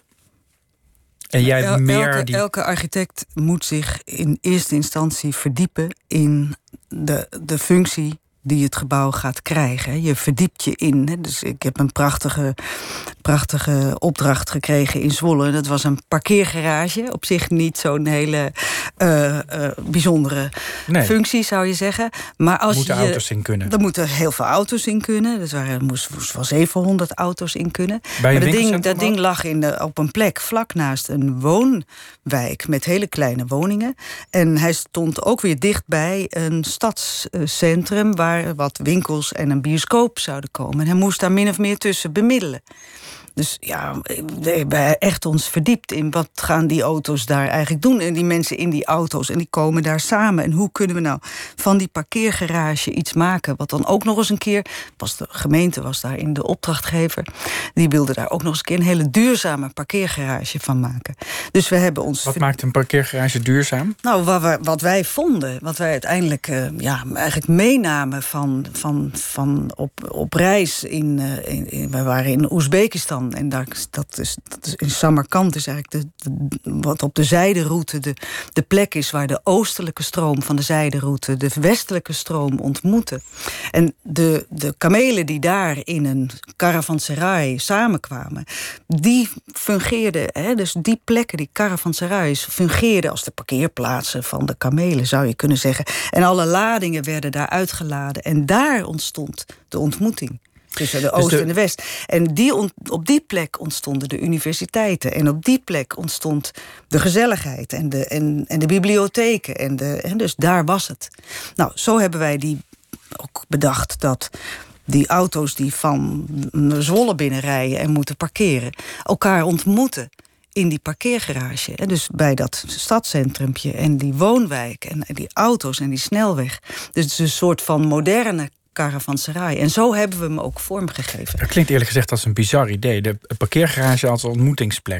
En jij elke architect moet zich in eerste instantie verdiepen in de functie die het gebouw gaat krijgen. Je verdiept je in. Dus ik heb een prachtige opdracht gekregen in Zwolle. Dat was een parkeergarage. Op zich niet zo'n hele bijzondere functie, zou je zeggen. Maar als moeten auto's in kunnen. Er moeten heel veel auto's in kunnen. Er moest wel 700 auto's in kunnen. Dat ding lag op een plek vlak naast een woonwijk met hele kleine woningen. En hij stond ook weer dichtbij een stadscentrum waar wat winkels en een bioscoop zouden komen. En hij moest daar min of meer tussen bemiddelen. Dus we hebben echt ons verdiept in wat gaan die auto's daar eigenlijk doen. En die mensen in die auto's, en die komen daar samen. En hoe kunnen we nou van die parkeergarage iets maken? Wat dan ook nog eens een keer, de gemeente was daarin de opdrachtgever. Die wilde daar ook nog eens een keer een hele duurzame parkeergarage van maken. Dus we hebben ons... Wat maakt een parkeergarage duurzaam? Nou, wat wij vonden, wat wij uiteindelijk eigenlijk meenamen van op reis we waren in Oezbekistan. En dat is in Samarkand is eigenlijk wat op de zijderoute de plek is waar de oostelijke stroom van de zijderoute de westelijke stroom ontmoeten. En de kamelen die daar in een caravanserai samenkwamen, die fungeerden, dus die plekken, die caravanserais, fungeerden als de parkeerplaatsen van de kamelen, zou je kunnen zeggen. En alle ladingen werden daar uitgeladen. En daar ontstond de ontmoeting tussen de Oost en de West. En op die plek ontstonden de universiteiten. En op die plek ontstond de gezelligheid en de bibliotheken. En dus daar was het. Nou, zo hebben wij ook bedacht dat die auto's die van Zwolle binnenrijden en moeten parkeren, elkaar ontmoeten in die parkeergarage. En dus bij dat stadscentrumpje en die woonwijk en die auto's en die snelweg. Dus het is een soort van moderne caravanserai. En zo hebben we hem ook vormgegeven. Dat klinkt eerlijk gezegd als een bizar idee. De parkeergarage als ontmoetingsplek.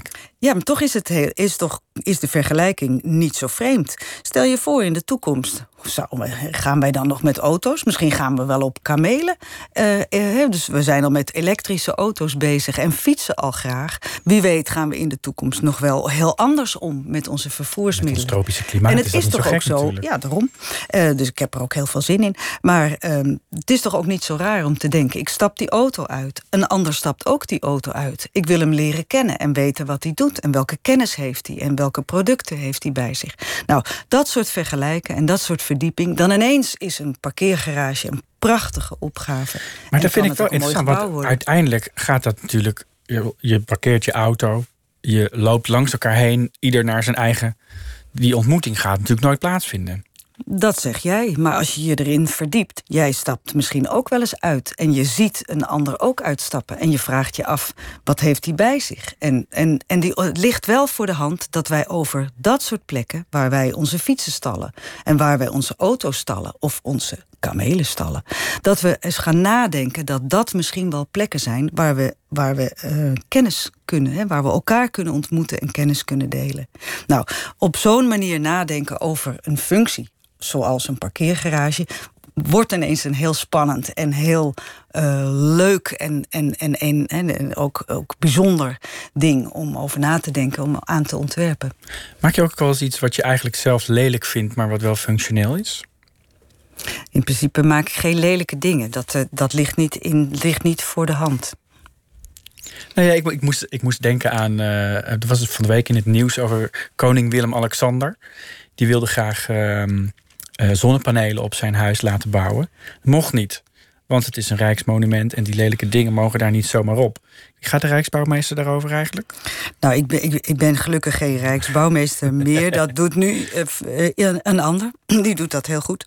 Ja, maar toch is de vergelijking niet zo vreemd. Stel je voor in de toekomst, gaan wij dan nog met auto's? Misschien gaan we wel op kamelen. Dus we zijn al met elektrische auto's bezig en fietsen al graag. Wie weet gaan we in de toekomst nog wel heel anders om met onze vervoersmiddelen. Met ons tropische klimaat en het is toch ook zo, natuurlijk. ja, daarom. Dus ik heb er ook heel veel zin in. Maar het is toch ook niet zo raar om te denken, ik stap die auto uit. Een ander stapt ook die auto uit. Ik wil hem leren kennen en weten wat hij doet en welke kennis heeft hij en welke producten heeft hij bij zich. Nou, dat soort vergelijken en dat soort verdieping, dan ineens is een parkeergarage een prachtige opgave. Maar dat vind ik wel interessant, want worden. Uiteindelijk gaat dat natuurlijk, je parkeert je auto, je loopt langs elkaar heen, ieder naar zijn eigen. Die ontmoeting gaat natuurlijk nooit plaatsvinden. Dat zeg jij, maar als je je erin verdiept, jij stapt misschien ook wel eens uit en je ziet een ander ook uitstappen en je vraagt je af, wat heeft hij bij zich? En het ligt wel voor de hand dat wij over dat soort plekken, waar wij onze fietsen stallen en waar wij onze auto's stallen of onze kamelen stallen, dat we eens gaan nadenken dat dat misschien wel plekken zijn waar we kennis kunnen, waar we elkaar kunnen ontmoeten en kennis kunnen delen. Nou, op zo'n manier nadenken over een functie, zoals een parkeergarage, wordt ineens een heel spannend en heel leuk en ook bijzonder ding om over na te denken, om aan te ontwerpen. Maak je ook wel eens iets wat je eigenlijk zelf lelijk vindt, maar wat wel functioneel is? In principe maak ik geen lelijke dingen. Dat ligt niet voor de hand. Nou ja, ik moest denken aan, er was het van de week in het nieuws over koning Willem-Alexander. Die wilde graag zonnepanelen op zijn huis laten bouwen. Mocht niet, want het is een rijksmonument en die lelijke dingen mogen daar niet zomaar op. Wie gaat de rijksbouwmeester daarover eigenlijk? Nou, ik ben gelukkig geen rijksbouwmeester meer. Dat doet nu een ander. Die doet dat heel goed.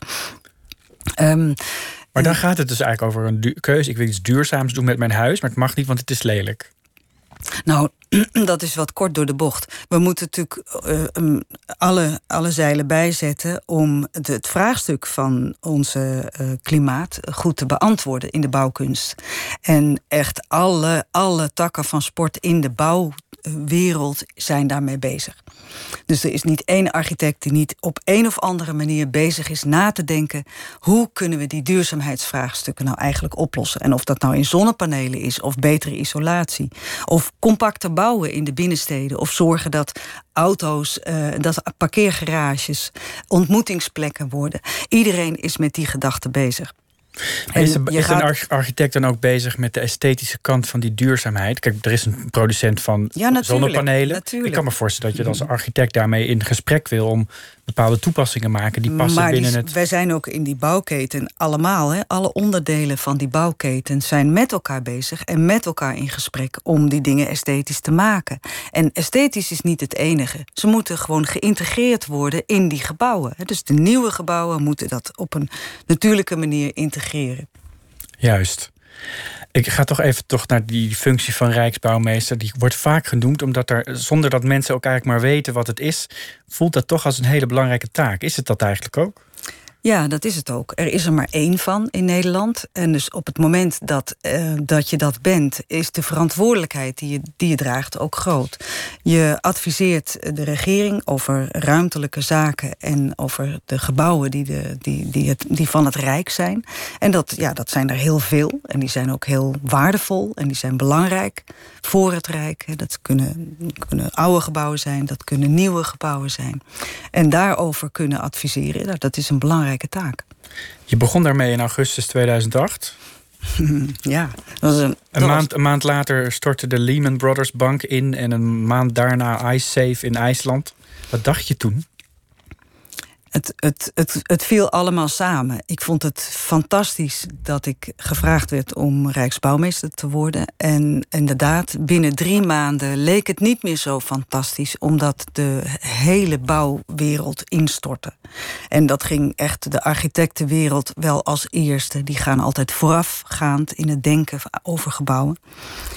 Maar dan gaat het dus eigenlijk over een keuze. Ik wil iets duurzaams doen met mijn huis, maar het mag niet, want het is lelijk. Nou, dat is wat kort door de bocht. We moeten natuurlijk alle zeilen bijzetten om het vraagstuk van onze klimaat goed te beantwoorden in de bouwkunst. En echt alle takken van sport in de bouwwereld zijn daarmee bezig. Dus er is niet één architect die niet op een of andere manier bezig is na te denken, hoe kunnen we die duurzaamheidsvraagstukken nou eigenlijk oplossen? En of dat nou in zonnepanelen is, of betere isolatie, of compacter bouwen in de binnensteden, of zorgen dat auto's, dat parkeergarages ontmoetingsplekken worden. Iedereen is met die gedachte bezig. Is een architect dan ook bezig met de esthetische kant van die duurzaamheid? Kijk, er is een producent van zonnepanelen. Natuurlijk. Ik kan me voorstellen dat je als architect daarmee in gesprek wil om bepaalde toepassingen maken die passen binnen het. Wij zijn ook in die bouwketen allemaal, alle onderdelen van die bouwketen zijn met elkaar bezig en met elkaar in gesprek om die dingen esthetisch te maken. En esthetisch is niet het enige. Ze moeten gewoon geïntegreerd worden in die gebouwen. Dus de nieuwe gebouwen moeten dat op een natuurlijke manier integreren. Juist. Ik ga toch even naar die functie van rijksbouwmeester. Die wordt vaak genoemd omdat zonder dat mensen ook eigenlijk maar weten wat het is, voelt dat toch als een hele belangrijke taak. Is het dat eigenlijk ook? Ja, dat is het ook. Er is er maar 1 van in Nederland. En dus op het moment dat je dat bent, is de verantwoordelijkheid die je draagt ook groot. Je adviseert de regering over ruimtelijke zaken en over de gebouwen die van het Rijk zijn. En dat zijn er heel veel. En die zijn ook heel waardevol en die zijn belangrijk voor het Rijk. Dat kunnen oude gebouwen zijn, dat kunnen nieuwe gebouwen zijn. En daarover kunnen adviseren, dat is een belangrijke taak. Je begon daarmee in augustus 2008. Ja. Een maand later stortte de Lehman Brothers Bank in en een maand daarna IceSafe in IJsland. Wat dacht je toen? Het viel allemaal samen. Ik vond het fantastisch dat ik gevraagd werd om rijksbouwmeester te worden. En inderdaad, binnen 3 maanden leek het niet meer zo fantastisch, omdat de hele bouwwereld instortte. En dat ging echt de architectenwereld wel als eerste. Die gaan altijd voorafgaand in het denken over gebouwen.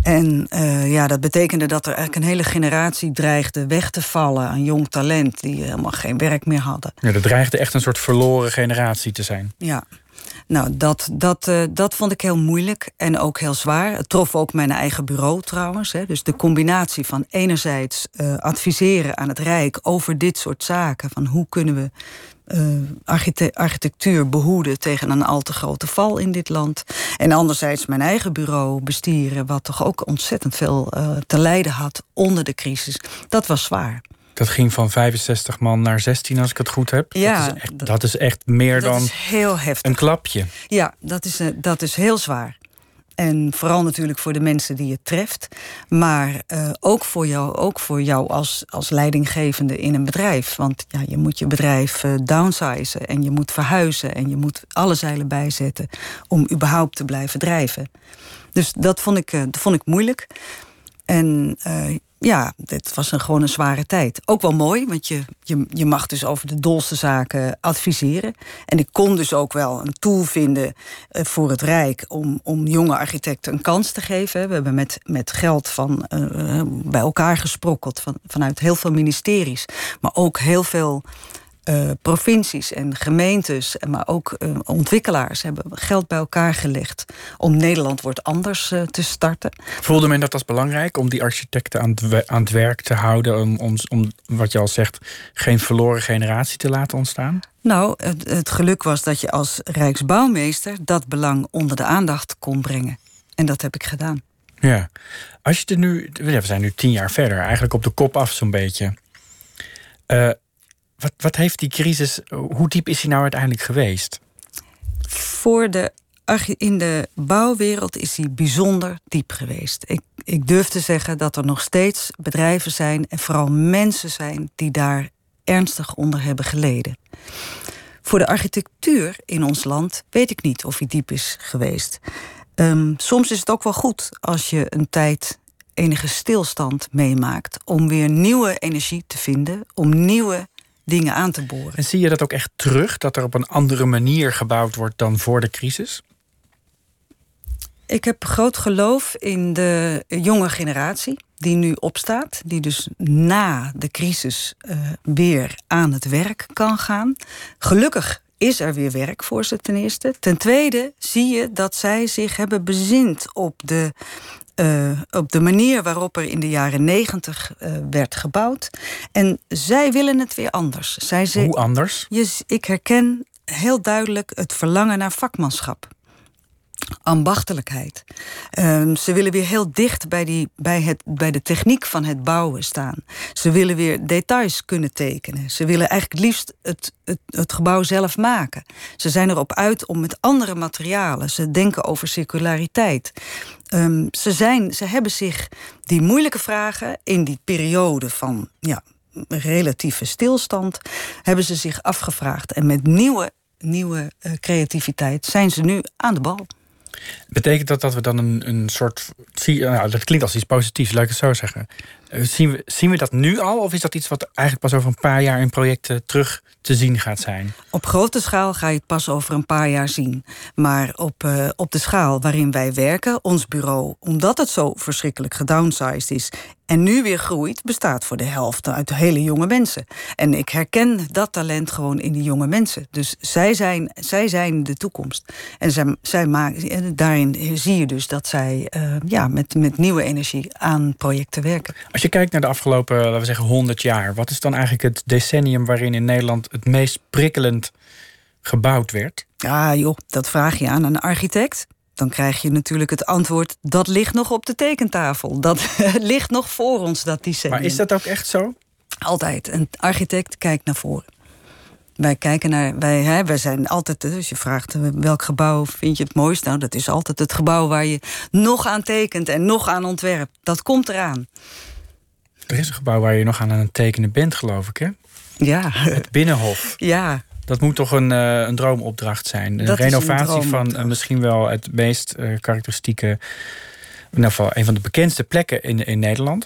En dat betekende dat er eigenlijk een hele generatie dreigde weg te vallen aan jong talent die helemaal geen werk meer hadden. Ja, dat dreigde echt een soort verloren generatie te zijn. Ja, nou, dat vond ik heel moeilijk en ook heel zwaar. Het trof ook mijn eigen bureau trouwens. Hè. Dus de combinatie van enerzijds adviseren aan het Rijk over dit soort zaken. Van hoe kunnen we architectuur behoeden tegen een al te grote val in dit land. En anderzijds mijn eigen bureau bestieren, wat toch ook ontzettend veel te lijden had onder de crisis. Dat was zwaar. Dat ging van 65 man naar 16, als ik het goed heb. Ja, dat is echt meer dan heel heftig. Een klapje. Ja, dat is heel zwaar. En vooral natuurlijk voor de mensen die het treft. Maar ook voor jou als leidinggevende in een bedrijf. Want ja, je moet je bedrijf downsizen en je moet verhuizen en je moet alle zeilen bijzetten om überhaupt te blijven drijven. Dus dat vond ik moeilijk. En dit was gewoon een zware tijd. Ook wel mooi, want je mag dus over de dolste zaken adviseren. En ik kon dus ook wel een tool vinden voor het Rijk om jonge architecten een kans te geven. We hebben met geld bij elkaar gesprokkeld vanuit heel veel ministeries. Maar ook heel veel provincies en gemeentes, maar ook ontwikkelaars hebben geld bij elkaar gelegd om Nederland wordt anders te starten. Voelde men dat als belangrijk om die architecten aan het werk te houden, om wat je al zegt, geen verloren generatie te laten ontstaan? Nou, het geluk was dat je als Rijksbouwmeester dat belang onder de aandacht kon brengen. En dat heb ik gedaan. Ja, als je we zijn nu 10 jaar verder, eigenlijk op de kop af zo'n beetje. Wat heeft die crisis, hoe diep is die nou uiteindelijk geweest? In de bouwwereld is die bijzonder diep geweest. Ik durf te zeggen dat er nog steeds bedrijven zijn en vooral mensen zijn die daar ernstig onder hebben geleden. Voor de architectuur in ons land weet ik niet of die diep is geweest. Soms is het ook wel goed als je een tijd enige stilstand meemaakt om weer nieuwe energie te vinden, om nieuwe dingen aan te boren. En zie je dat ook echt terug, dat er op een andere manier gebouwd wordt dan voor de crisis? Ik heb groot geloof in de jonge generatie die nu opstaat, die dus na de crisis weer aan het werk kan gaan. Gelukkig is er weer werk voor ze ten eerste. Ten tweede zie je dat zij zich hebben bezind op de manier waarop er in de jaren 90 werd gebouwd. En zij willen het weer anders. Hoe anders? Ik herken heel duidelijk het verlangen naar vakmanschap. Ambachtelijkheid. Ze willen weer heel dicht bij de techniek van het bouwen staan. Ze willen weer details kunnen tekenen. Ze willen eigenlijk het liefst het gebouw zelf maken. Ze zijn erop uit om met andere materialen. Ze denken over circulariteit. Ze hebben zich die moeilijke vragen in die periode van relatieve stilstand hebben ze zich afgevraagd. En met nieuwe creativiteit zijn ze nu aan de bal. Betekent dat we dan een soort... dat klinkt als iets positiefs, laat ik het zo zeggen. Zien we dat nu al? Of is dat iets wat eigenlijk pas over een paar jaar in projecten terug te zien gaat zijn? Op grote schaal ga je het pas over een paar jaar zien. Maar op de schaal waarin wij werken, ons bureau, omdat het zo verschrikkelijk gedownsized is en nu weer groeit, bestaat voor de helft uit hele jonge mensen. En ik herken dat talent gewoon in die jonge mensen. Dus zij zijn de toekomst. En daarin zie je dus dat zij met nieuwe energie aan projecten werken. Als je kijkt naar de afgelopen, laten we zeggen, 100 jaar... wat is dan eigenlijk het decennium waarin in Nederland het meest prikkelend gebouwd werd? Ja joh, dat vraag je aan een architect. Dan krijg je natuurlijk het antwoord, dat ligt nog op de tekentafel. Dat ligt nog voor ons, dat decennium. Maar is dat ook echt zo? Altijd. Een architect kijkt naar voren. Wij kijken naar, wij zijn altijd, dus je vraagt welk gebouw vind je het mooist? Nou, dat is altijd het gebouw waar je nog aan tekent en nog aan ontwerpt. Dat komt eraan. Er is een gebouw waar je nog aan het tekenen bent, geloof ik, hè? Ja. Het Binnenhof. Ja. Dat moet toch een droomopdracht zijn? Een renovatie van misschien wel het meest karakteristieke... in ieder geval een van de bekendste plekken in Nederland.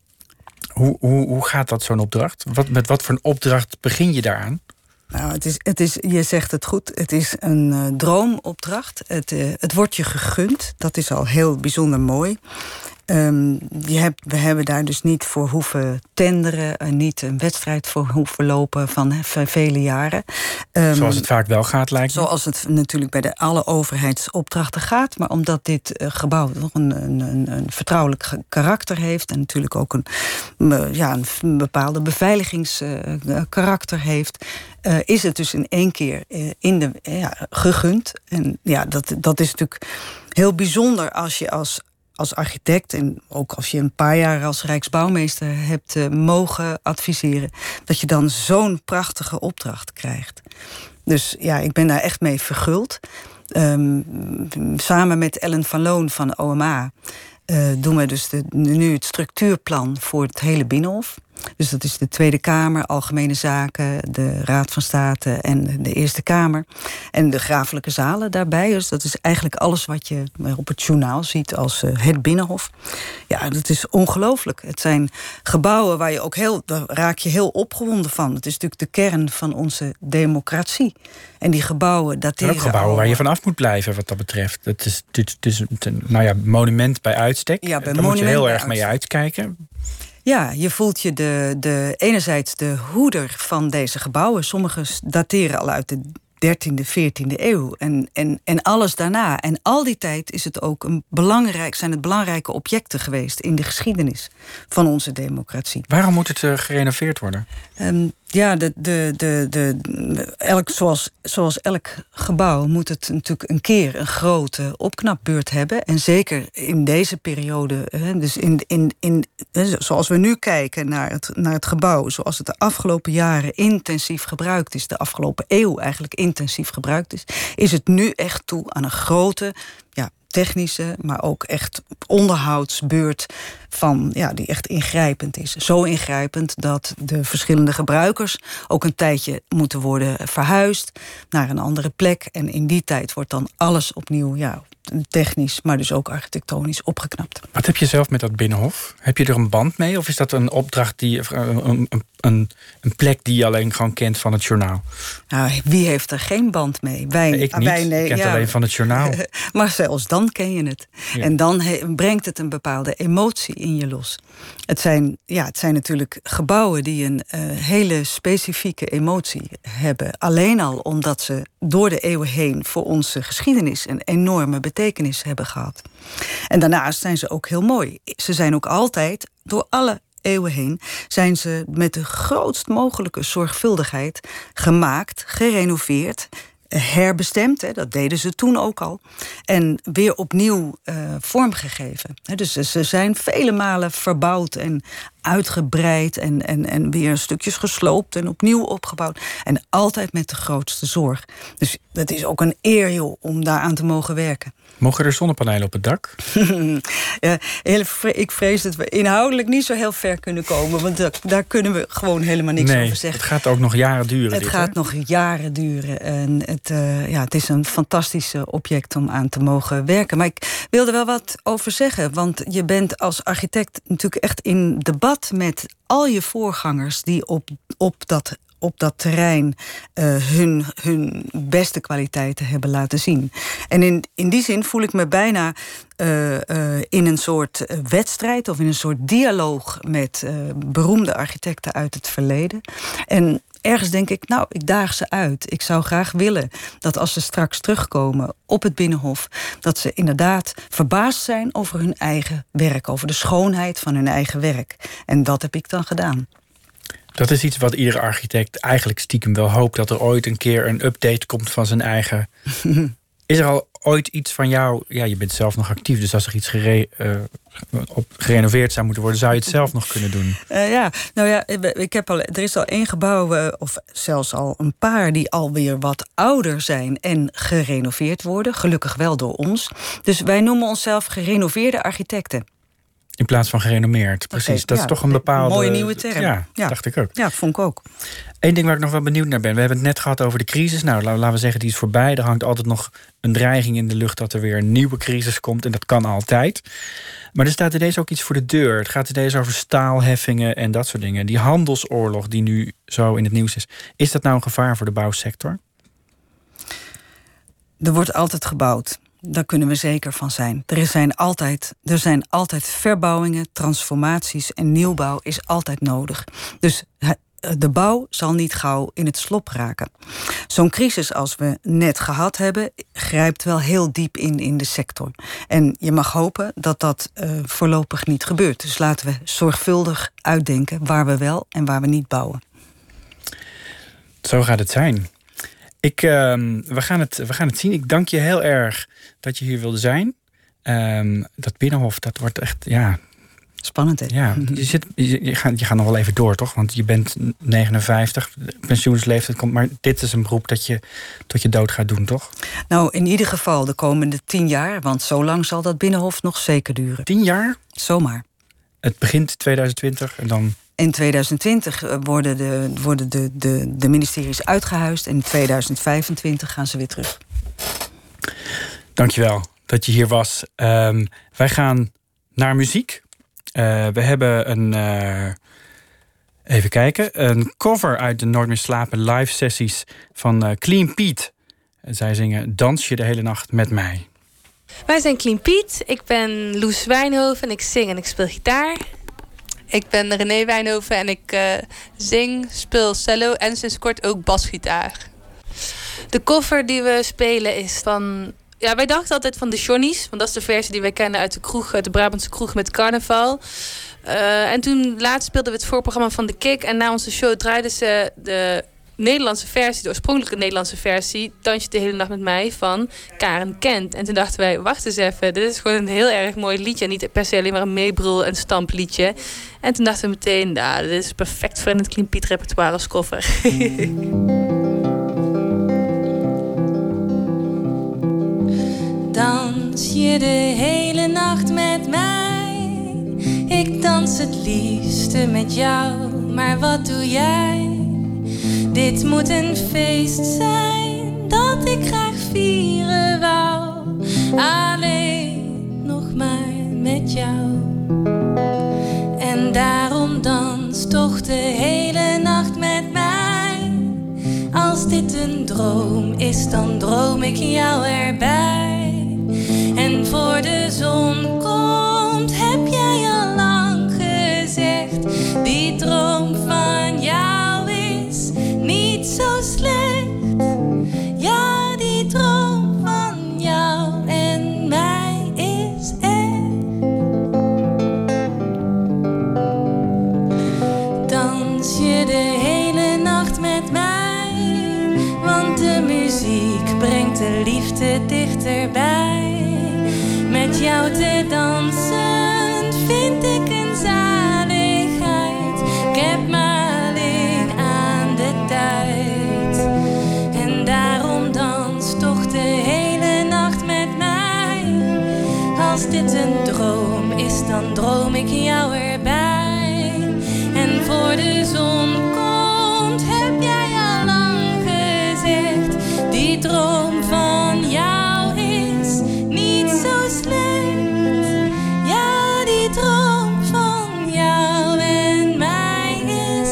Hoe gaat dat, zo'n opdracht? Met wat voor een opdracht begin je daaraan? Nou, je zegt het goed. Het is een droomopdracht. Het wordt je gegund. Dat is al heel bijzonder mooi. We hebben daar dus niet voor hoeven tenderen... en niet een wedstrijd voor hoeven lopen van vele jaren. Zoals het vaak wel gaat, lijkt me. Zoals het natuurlijk bij alle overheidsopdrachten gaat. Maar omdat dit gebouw nog een vertrouwelijk karakter heeft... en natuurlijk ook een bepaalde beveiligingskarakter heeft... is het dus in één keer gegund. En ja, dat is natuurlijk heel bijzonder als je als architect... en ook als je een paar jaar als Rijksbouwmeester hebt mogen adviseren... dat je dan zo'n prachtige opdracht krijgt. Dus ja, ik ben daar echt mee verguld. Samen met Ellen van Loon van OMA... doen we dus nu het structuurplan voor het hele Binnenhof. Dus dat is de Tweede Kamer, Algemene Zaken... de Raad van State en de Eerste Kamer. En de grafelijke zalen daarbij. Dus dat is eigenlijk alles wat je op het journaal ziet als het Binnenhof. Ja, dat is ongelooflijk. Het zijn gebouwen waar je ook daar raak je heel opgewonden van. Het is natuurlijk de kern van onze democratie. En die gebouwen dateren... Ook gebouwen waar je vanaf moet blijven wat dat betreft. Het is een monument bij uitstek. Ja, bij daar moet je heel erg uitstek. mee uitkijken. Ja, je voelt je enerzijds de hoeder van deze gebouwen. Sommige dateren al uit de 13e, 14e eeuw. En alles daarna. En al die tijd is het ook zijn het belangrijke objecten geweest... in de geschiedenis van onze democratie. Waarom moet het gerenoveerd worden? Zoals elk gebouw moet het natuurlijk een keer een grote opknapbeurt hebben. En zeker in deze periode, dus zoals we nu kijken naar het gebouw... zoals het de afgelopen jaren intensief gebruikt is... de afgelopen eeuw eigenlijk intensief gebruikt is het nu echt toe aan een grote... technische, maar ook echt onderhoudsbeurt die echt ingrijpend is. Zo ingrijpend dat de verschillende gebruikers ook een tijdje moeten worden verhuisd naar een andere plek. En in die tijd wordt dan alles opnieuw technisch, maar dus ook architectonisch opgeknapt. Wat heb je zelf met dat Binnenhof? Heb je er een band mee? Of is dat een opdracht een plek die je alleen gewoon kent van het journaal? Nou, wie heeft er geen band mee? Ik niet. Ik ken het alleen van het journaal. Maar zelfs dan ken je het. Ja. En dan brengt het een bepaalde emotie in je los. Het zijn natuurlijk gebouwen die een hele specifieke emotie hebben. Alleen al omdat ze door de eeuwen heen voor onze geschiedenis een enorme betekenis hebben gehad. En daarnaast zijn ze ook heel mooi. Ze zijn ook altijd, door alle eeuwen heen, zijn ze met de grootst mogelijke zorgvuldigheid gemaakt, gerenoveerd, herbestemd, dat deden ze toen ook al, en weer opnieuw vormgegeven. Dus ze zijn vele malen verbouwd en uitgebreid en weer stukjes gesloopt en opnieuw opgebouwd. En altijd met de grootste zorg. Dus het is ook een eer, om daaraan te mogen werken. Mogen er zonnepanelen op het dak? Ik vrees dat we inhoudelijk niet zo heel ver kunnen komen. Want daar kunnen we gewoon helemaal niks over zeggen. Het gaat ook nog jaren duren. Het gaat nog jaren duren. En het is een fantastisch object om aan te mogen werken. Maar ik wilde wel wat over zeggen. Want je bent als architect natuurlijk echt in debat met al je voorgangers die op dat terrein hun beste kwaliteiten hebben laten zien. En in die zin voel ik me bijna in een soort wedstrijd of in een soort dialoog met beroemde architecten uit het verleden. En ergens denk ik, ik daag ze uit. Ik zou graag willen dat als ze straks terugkomen op het Binnenhof, dat ze inderdaad verbaasd zijn over hun eigen werk, over de schoonheid van hun eigen werk. En dat heb ik dan gedaan. Dat is iets wat iedere architect eigenlijk stiekem wel hoopt, dat er ooit een keer een update komt van zijn eigen. Is er al ooit iets van jou? Ja, je bent zelf nog actief, dus als er iets gerenoveerd zou moeten worden, zou je het zelf nog kunnen doen? Er is al één gebouw, of zelfs al een paar, die alweer wat ouder zijn en gerenoveerd worden. Gelukkig wel door ons. Dus wij noemen onszelf gerenoveerde architecten. In plaats van gerenommeerd, precies. Okay, dat is toch een bepaalde... mooie nieuwe term. Ja, dacht ik ook. Ja, dat vond ik ook. Eén ding waar ik nog wel benieuwd naar ben. We hebben het net gehad over de crisis. Nou, laten we zeggen, die is voorbij. Er hangt altijd nog een dreiging in de lucht dat er weer een nieuwe crisis komt. En dat kan altijd. Maar er staat ineens ook iets voor de deur. Het gaat ineens over staalheffingen en dat soort dingen. Die handelsoorlog die nu zo in het nieuws is. Is dat nou een gevaar voor de bouwsector? Er wordt altijd gebouwd. daar kunnen we zeker van zijn. Er zijn altijd verbouwingen, transformaties en nieuwbouw is altijd nodig. Dus de bouw zal niet gauw in het slop raken. Zo'n crisis als we net gehad hebben, grijpt wel heel diep in de sector. En je mag hopen dat dat voorlopig niet gebeurt. Dus laten we zorgvuldig uitdenken waar we wel en waar we niet bouwen. Zo gaat het zijn. We gaan het zien. Ik dank je heel erg dat je hier wilde zijn. Dat Binnenhof, dat wordt echt, ja... Spannend, hè? Ja, je gaat nog wel even door, toch? Want je bent 59, pensioensleeftijd komt... maar dit is een beroep dat je tot je dood gaat doen, toch? Nou, in ieder geval de komende 10 jaar... want zo lang zal dat Binnenhof nog zeker duren. 10 jaar? Zomaar. Het begint 2020 en dan... In 2020 worden de ministeries uitgehuisd... en in 2025 gaan ze weer terug. Dankjewel dat je hier was. Wij gaan naar muziek... we hebben even kijken, een cover uit de Nooit meer slapen live sessies van Clean Pete. Zij zingen Dans je de hele nacht met mij. Wij zijn Clean Pete. Ik ben Loes Wijnhoven en ik zing en ik speel gitaar. Ik ben René Wijnhoven en ik zing, speel cello en sinds kort ook basgitaar. De cover die we spelen is van... Ja, wij dachten altijd van de Johnny's. Want dat is de versie die wij kennen uit de kroeg, uit de Brabantse kroeg met carnaval. En toen laatst speelden we het voorprogramma van de Kik. En na onze show draaiden ze de Nederlandse versie, de oorspronkelijke Nederlandse versie, Dans je de hele nacht met mij, van Karen Kent. En toen dachten wij, wacht eens even, dit is gewoon een heel erg mooi liedje. En niet per se alleen maar een meebrul- en stampliedje. En toen dachten we meteen, nou, dit is perfect voor in het Clean Pete repertoire als cover. Dans je de hele nacht met mij? Ik dans het liefste met jou, maar wat doe jij? Dit moet een feest zijn dat ik graag vieren wou. Alleen nog maar met jou. En daarom dans toch de hele nacht met mij. Als dit een droom is, dan droom ik jou erbij. En voor de zon komt, heb jij al lang gezegd. Die droom van jou is niet zo slecht. Ja, die droom van jou en mij is echt. Dans je de hele nacht met mij, want de muziek brengt de liefde dichterbij. Met jou te dansen vind ik een zaligheid. Ik heb maling aan de tijd. En daarom dans toch de hele nacht met mij. Als dit een droom is, dan droom ik jou erbij. En voor de zon komt, heb jij al lang gezegd. Die droom van jou is niet zo slecht. Ja, die droom van jou en mij is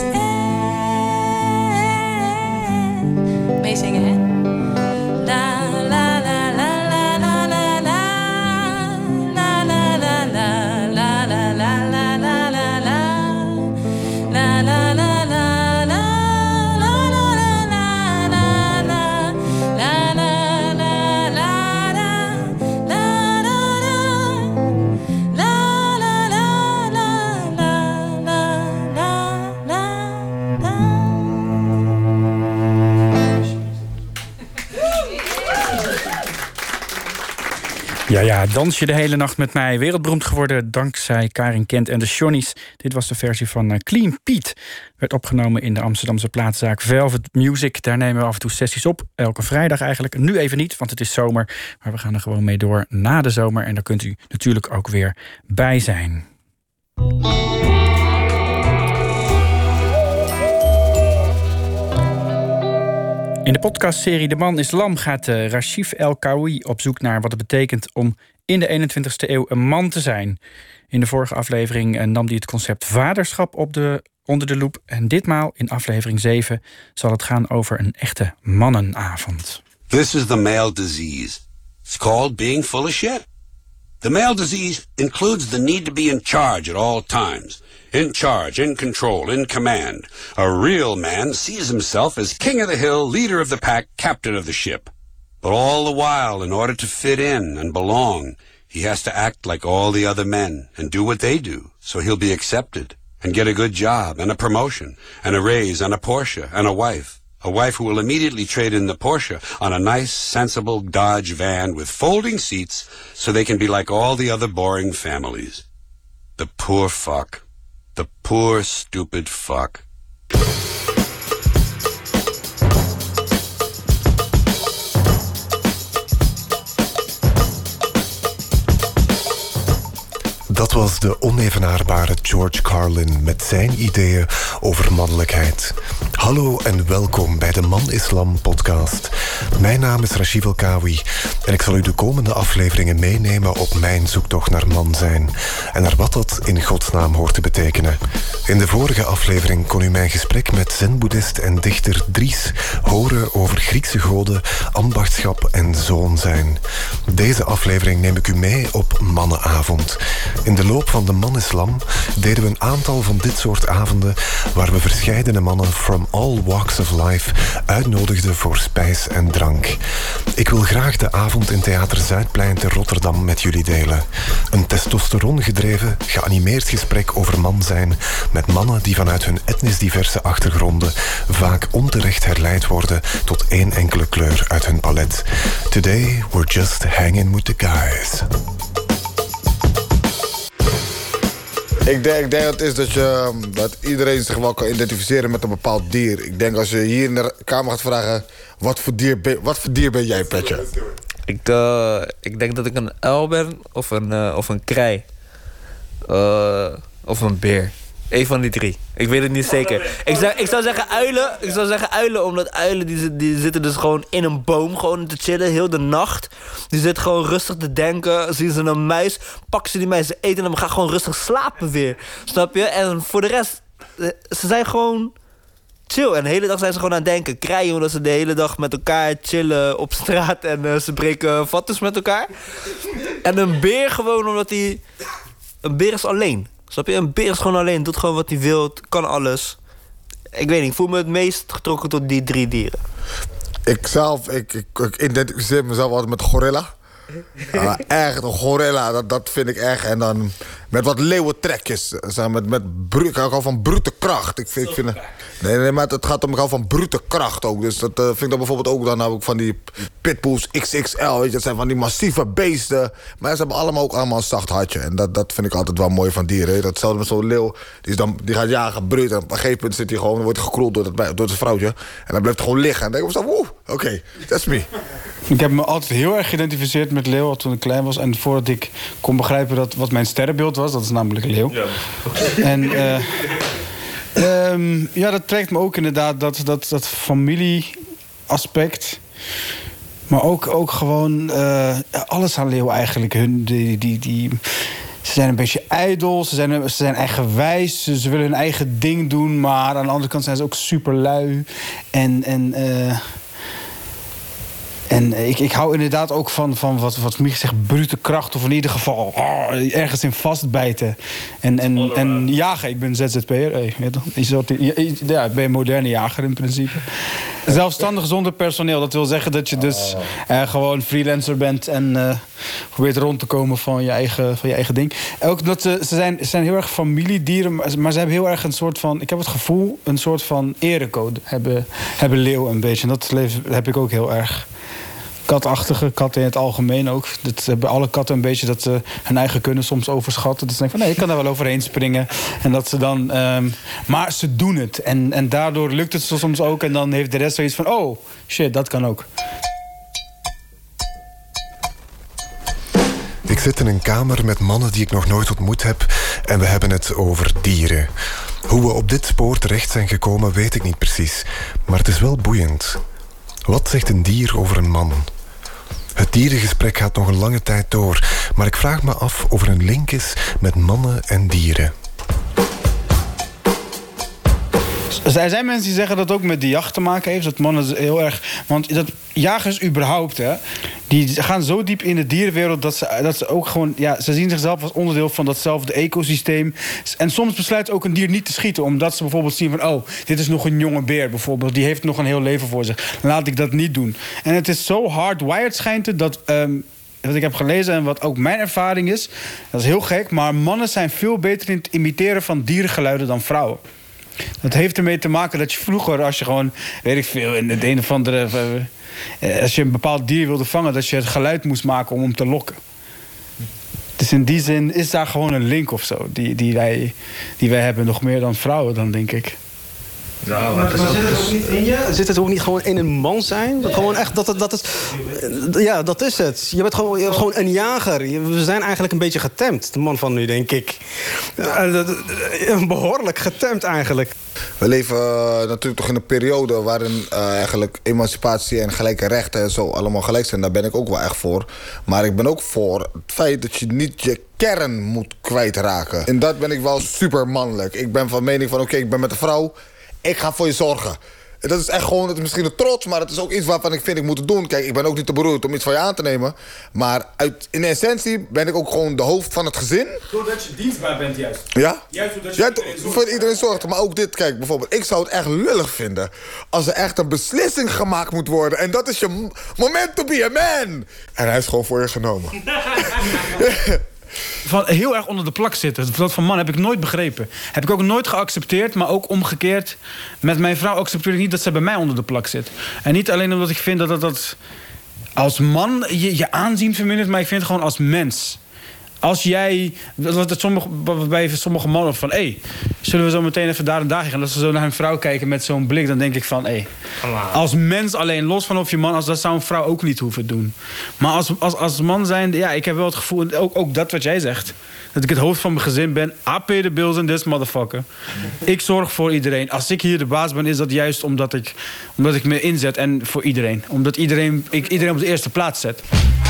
echt. Meezingen, hè? La la la la la la la la. La la la la la la la la la la la. La la la la la la la la la la. La la la la la la la la. La la la la la la la la. Ja, dans je de hele nacht met mij. Wereldberoemd geworden dankzij Karen Kent en de Johnny's. Dit was de versie van Clean Pete. Werd opgenomen in de Amsterdamse plaatszaak Velvet Music. Daar nemen we af en toe sessies op. Elke vrijdag eigenlijk. Nu even niet, want het is zomer. Maar we gaan er gewoon mee door na de zomer. En daar kunt u natuurlijk ook weer bij zijn. In de podcastserie De Man is Lam gaat Rachif El Kaoui op zoek naar wat het betekent om in de 21ste eeuw een man te zijn. In de vorige aflevering nam hij het concept vaderschap onder de loep. En ditmaal, in aflevering 7, zal het gaan over een echte mannenavond. This is the male disease. It's called being full of shit. The male disease includes the need to be in charge at all times. In charge, in control, in command. A real man sees himself as king of the hill, leader of the pack, captain of the ship. But all the while, in order to fit in and belong, he has to act like all the other men and do what they do, so he'll be accepted and get a good job and a promotion and a raise and a Porsche and a wife. A wife who will immediately trade in the Porsche on a nice, sensible Dodge van with folding seats so they can be like all the other boring families. The poor fuck. The poor, stupid fuck. Dat was de onevenaarbare George Carlin met zijn ideeën over mannelijkheid. Hallo en welkom bij de Man Islam podcast. Mijn naam is Rachif El-Kawi en ik zal u de komende afleveringen meenemen op mijn zoektocht naar man zijn en naar wat dat in godsnaam hoort te betekenen. In de vorige aflevering kon u mijn gesprek met zen-boeddhist en dichter Dries horen over Griekse goden, ambachtschap en zoon zijn. Deze aflevering neem ik u mee op Mannenavond. In de loop van de Man Islam deden we een aantal van dit soort avonden waar we verscheidene mannen from all walks of life uitnodigden voor spijs en drank. Ik wil graag de avond in Theater Zuidplein te Rotterdam met jullie delen. Een testosterongedreven, geanimeerd gesprek over man zijn met mannen die vanuit hun etnisch diverse achtergronden vaak onterecht herleid worden tot één enkele kleur uit hun palet. Today we're just hanging with the guys. Ik denk dat het is dat iedereen zich wel kan identificeren met een bepaald dier. Ik denk als je hier in de kamer gaat vragen, wat voor dier ben jij, Petje? Ik denk dat ik een uil ben of een krei. Of een beer. Eén van die drie. Ik weet het niet zeker. Ik zou zeggen uilen, omdat uilen die zitten dus gewoon in een boom gewoon te chillen, heel de nacht. Die zitten gewoon rustig te denken. Zien ze een muis, pakken ze die muis, ze eten hem en gaan gewoon rustig slapen weer. Snap je? En voor de rest, ze zijn gewoon chill. En de hele dag zijn ze gewoon aan het denken. Krijgen omdat ze de hele dag met elkaar chillen op straat en ze breken vattes met elkaar. En een beer gewoon omdat hij... Een beer is alleen. Snap je? Een beer is gewoon alleen, doet gewoon wat hij wil, kan alles. Ik weet niet, ik voel me het meest getrokken tot die drie dieren. Ik identificeer mezelf altijd met gorilla. Echt, een gorilla, dat vind ik echt. En dan met wat leeuwentrekjes. Ik hou van brute kracht. Ik vind nee, maar het gaat om, ik hou van brute kracht ook. Dus dat vind ik dan bijvoorbeeld ook. Dan heb ik van die pitbulls XXL. Weet je, dat zijn van die massieve beesten. Maar ze hebben allemaal een zacht hartje. En dat vind ik altijd wel mooi van dieren. Datzelfde met zo'n leeuw. Die gaat jagen, bruut. En op een gegeven moment zit hij gewoon, dan wordt hij gekroeld door zijn vrouwtje. En dan blijft hij gewoon liggen. En dan denk ik mezelf, oké, that's me. Ik heb me altijd heel erg geïdentificeerd met leeuw toen ik klein was. En voordat ik kon begrijpen wat mijn sterrenbeeld was, dat is namelijk een leeuw. Ja. En dat trekt me ook inderdaad, dat familieaspect. Maar ook gewoon alles aan leeuw eigenlijk. Ze zijn een beetje ijdel, ze zijn eigenwijs, ze willen hun eigen ding doen. Maar aan de andere kant zijn ze ook super lui. En ik hou inderdaad ook van wat Mich zegt, brute kracht. Of in ieder geval ergens in vastbijten. En jagen. Ik ben ZZP'er. Ik ben een moderne jager in principe. Zelfstandig zonder personeel. Dat wil zeggen dat je dus gewoon freelancer bent. En probeert rond te komen van je eigen ding. Ook dat ze zijn heel erg familiedieren. Maar ze hebben heel erg een soort van... Ik heb het gevoel, een soort van erecode hebben leeuwen een beetje. En dat heb ik ook heel erg. Katachtige katten in het algemeen ook. Dat hebben alle katten een beetje dat ze hun eigen kunnen soms overschatten. Dat ze denken van nee, ik kan daar wel overheen springen. En dat ze dan... maar ze doen het. En daardoor lukt het soms ook. En dan heeft de rest zoiets van... Oh, shit, dat kan ook. Ik zit in een kamer met mannen die ik nog nooit ontmoet heb. En we hebben het over dieren. Hoe we op dit spoor terecht zijn gekomen, weet ik niet precies. Maar het is wel boeiend. Wat zegt een dier over een man? Het dierengesprek gaat nog een lange tijd door, maar ik vraag me af of er een link is met mannen en dieren. Er zijn mensen die zeggen dat het ook met de jacht te maken heeft. Dat mannen heel erg... Want dat jagers überhaupt, hè, Die gaan zo diep in de dierenwereld dat ze ook gewoon... Ja, ze zien zichzelf als onderdeel van datzelfde ecosysteem. En soms besluit ook een dier niet te schieten, omdat ze bijvoorbeeld zien van... oh, dit is nog een jonge beer bijvoorbeeld. Die heeft nog een heel leven voor zich. Laat ik dat niet doen. En het is zo hardwired, schijnt het, dat... wat ik heb gelezen en wat ook mijn ervaring is... dat is heel gek, maar mannen zijn veel beter in het imiteren van dierengeluiden dan vrouwen. Dat heeft ermee te maken dat je vroeger, als je gewoon... weet ik veel, in het een of andere... als je een bepaald dier wilde vangen, dat je het geluid moest maken om hem te lokken. Dus in die zin is daar gewoon een link of zo... die wij hebben, nog meer dan vrouwen dan, denk ik. Ja, maar zit het ook niet in je? Zit het ook niet gewoon in een man zijn? Gewoon echt, dat is... Ja, dat is het. Je bent gewoon een jager. We zijn eigenlijk een beetje getemd, de man van nu, denk ik. Behoorlijk getemd eigenlijk. We leven natuurlijk toch in een periode waarin eigenlijk emancipatie en gelijke rechten en zo allemaal gelijk zijn. Daar ben ik ook wel echt voor. Maar ik ben ook voor het feit dat je niet je kern moet kwijtraken. En dat ben ik wel super mannelijk. Ik ben van mening van oké, ik ben met een vrouw. Ik ga voor je zorgen. Dat is echt gewoon, het is misschien een trots, maar het is ook iets waarvan ik vind ik moet het doen. Kijk, ik ben ook niet te beroerd om iets van je aan te nemen. Maar in essentie ben ik ook gewoon de hoofd van het gezin. Doordat je dienstbaar bent juist. Ja? Juist doordat je voor iedereen zorgt. Maar ook dit, kijk, bijvoorbeeld, ik zou het echt lullig vinden als er echt een beslissing gemaakt moet worden. En dat is je moment to be a man. En hij is gewoon voor je genomen. Van heel erg onder de plak zitten. Dat van man heb ik nooit begrepen. Heb ik ook nooit geaccepteerd, maar ook omgekeerd. Met mijn vrouw accepteer ik niet dat ze bij mij onder de plak zit. En niet alleen omdat ik vind dat als man je aanzien vermindert, maar ik vind het gewoon als mens. Als jij, bij sommige mannen van... zullen we zo meteen even daar en daar gaan? Als ze zo naar hun vrouw kijken met zo'n blik... dan denk ik van, als mens alleen, los van of je man... dat zou een vrouw ook niet hoeven doen. Maar als man zijn, ja, ik heb wel het gevoel... ook dat wat jij zegt... dat ik het hoofd van mijn gezin ben. I pay the bills in this motherfucker. Ik zorg voor iedereen. Als ik hier de baas ben, is dat juist omdat ik me inzet. En voor iedereen. Omdat ik iedereen op de eerste plaats zet.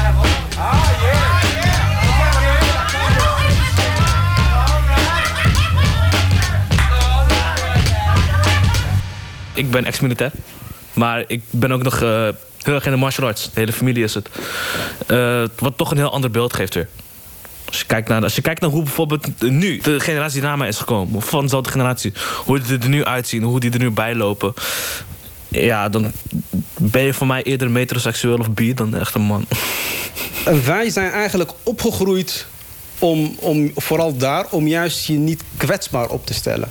Ik ben ex-militair, maar ik ben ook nog heel erg in de martial arts. De hele familie is het. Wat toch een heel ander beeld geeft weer. Als je kijkt naar hoe bijvoorbeeld nu de generatie die na mij is gekomen... of van dezelfde generatie, hoe die er nu uitzien, hoe die er nu bij lopen... ja, dan ben je voor mij eerder metroseksueel of bi dan echt een man. Wij zijn eigenlijk opgegroeid vooral om juist je niet kwetsbaar op te stellen.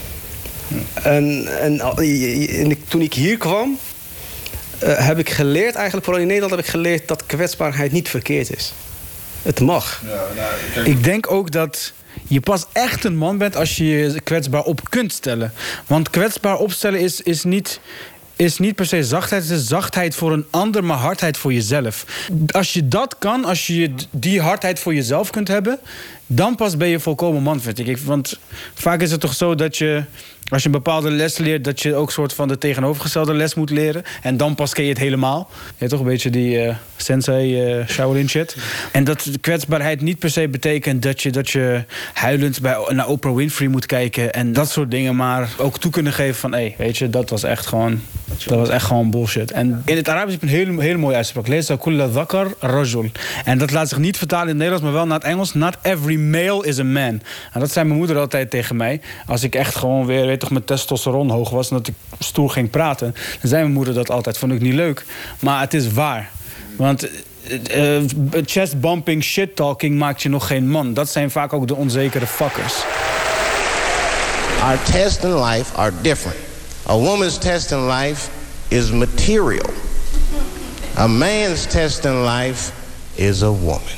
Toen ik hier kwam, heb ik geleerd, eigenlijk vooral in Nederland heb ik geleerd dat kwetsbaarheid niet verkeerd is. Het mag. Ja, ik denk ook dat je pas echt een man bent als je je kwetsbaar op kunt stellen. Want kwetsbaar opstellen is niet per se zachtheid. Het is zachtheid voor een ander, maar hardheid voor jezelf. Als je dat kan, als je die hardheid voor jezelf kunt hebben... dan pas ben je volkomen man, vind ik. Want vaak is het toch zo dat je... als je een bepaalde les leert, dat je ook soort van de tegenovergestelde les moet leren. En dan pas ken je het helemaal. Ja, toch een beetje die sensei Shaolin shit. En dat kwetsbaarheid niet per se betekent dat je huilend naar Oprah Winfrey moet kijken. En dat soort dingen, maar ook toe kunnen geven van... weet je, dat was echt gewoon bullshit. En in het Arabisch heb je een hele mooie uitspraak. Leesa kulla dhakar rajul. En dat laat zich niet vertalen in het Nederlands, maar wel naar het Engels. Not every male is a man. En dat zei mijn moeder altijd tegen mij. Als ik echt gewoon weer... toch mijn testosteron hoog was en dat ik stoer ging praten. Dan zei mijn moeder dat altijd. Vond ik niet leuk. Maar het is waar. Want chest bumping, shit talking maakt je nog geen man. Dat zijn vaak ook de onzekere fuckers. Our tests in life are different. A woman's test in life is material. A man's test in life is a woman.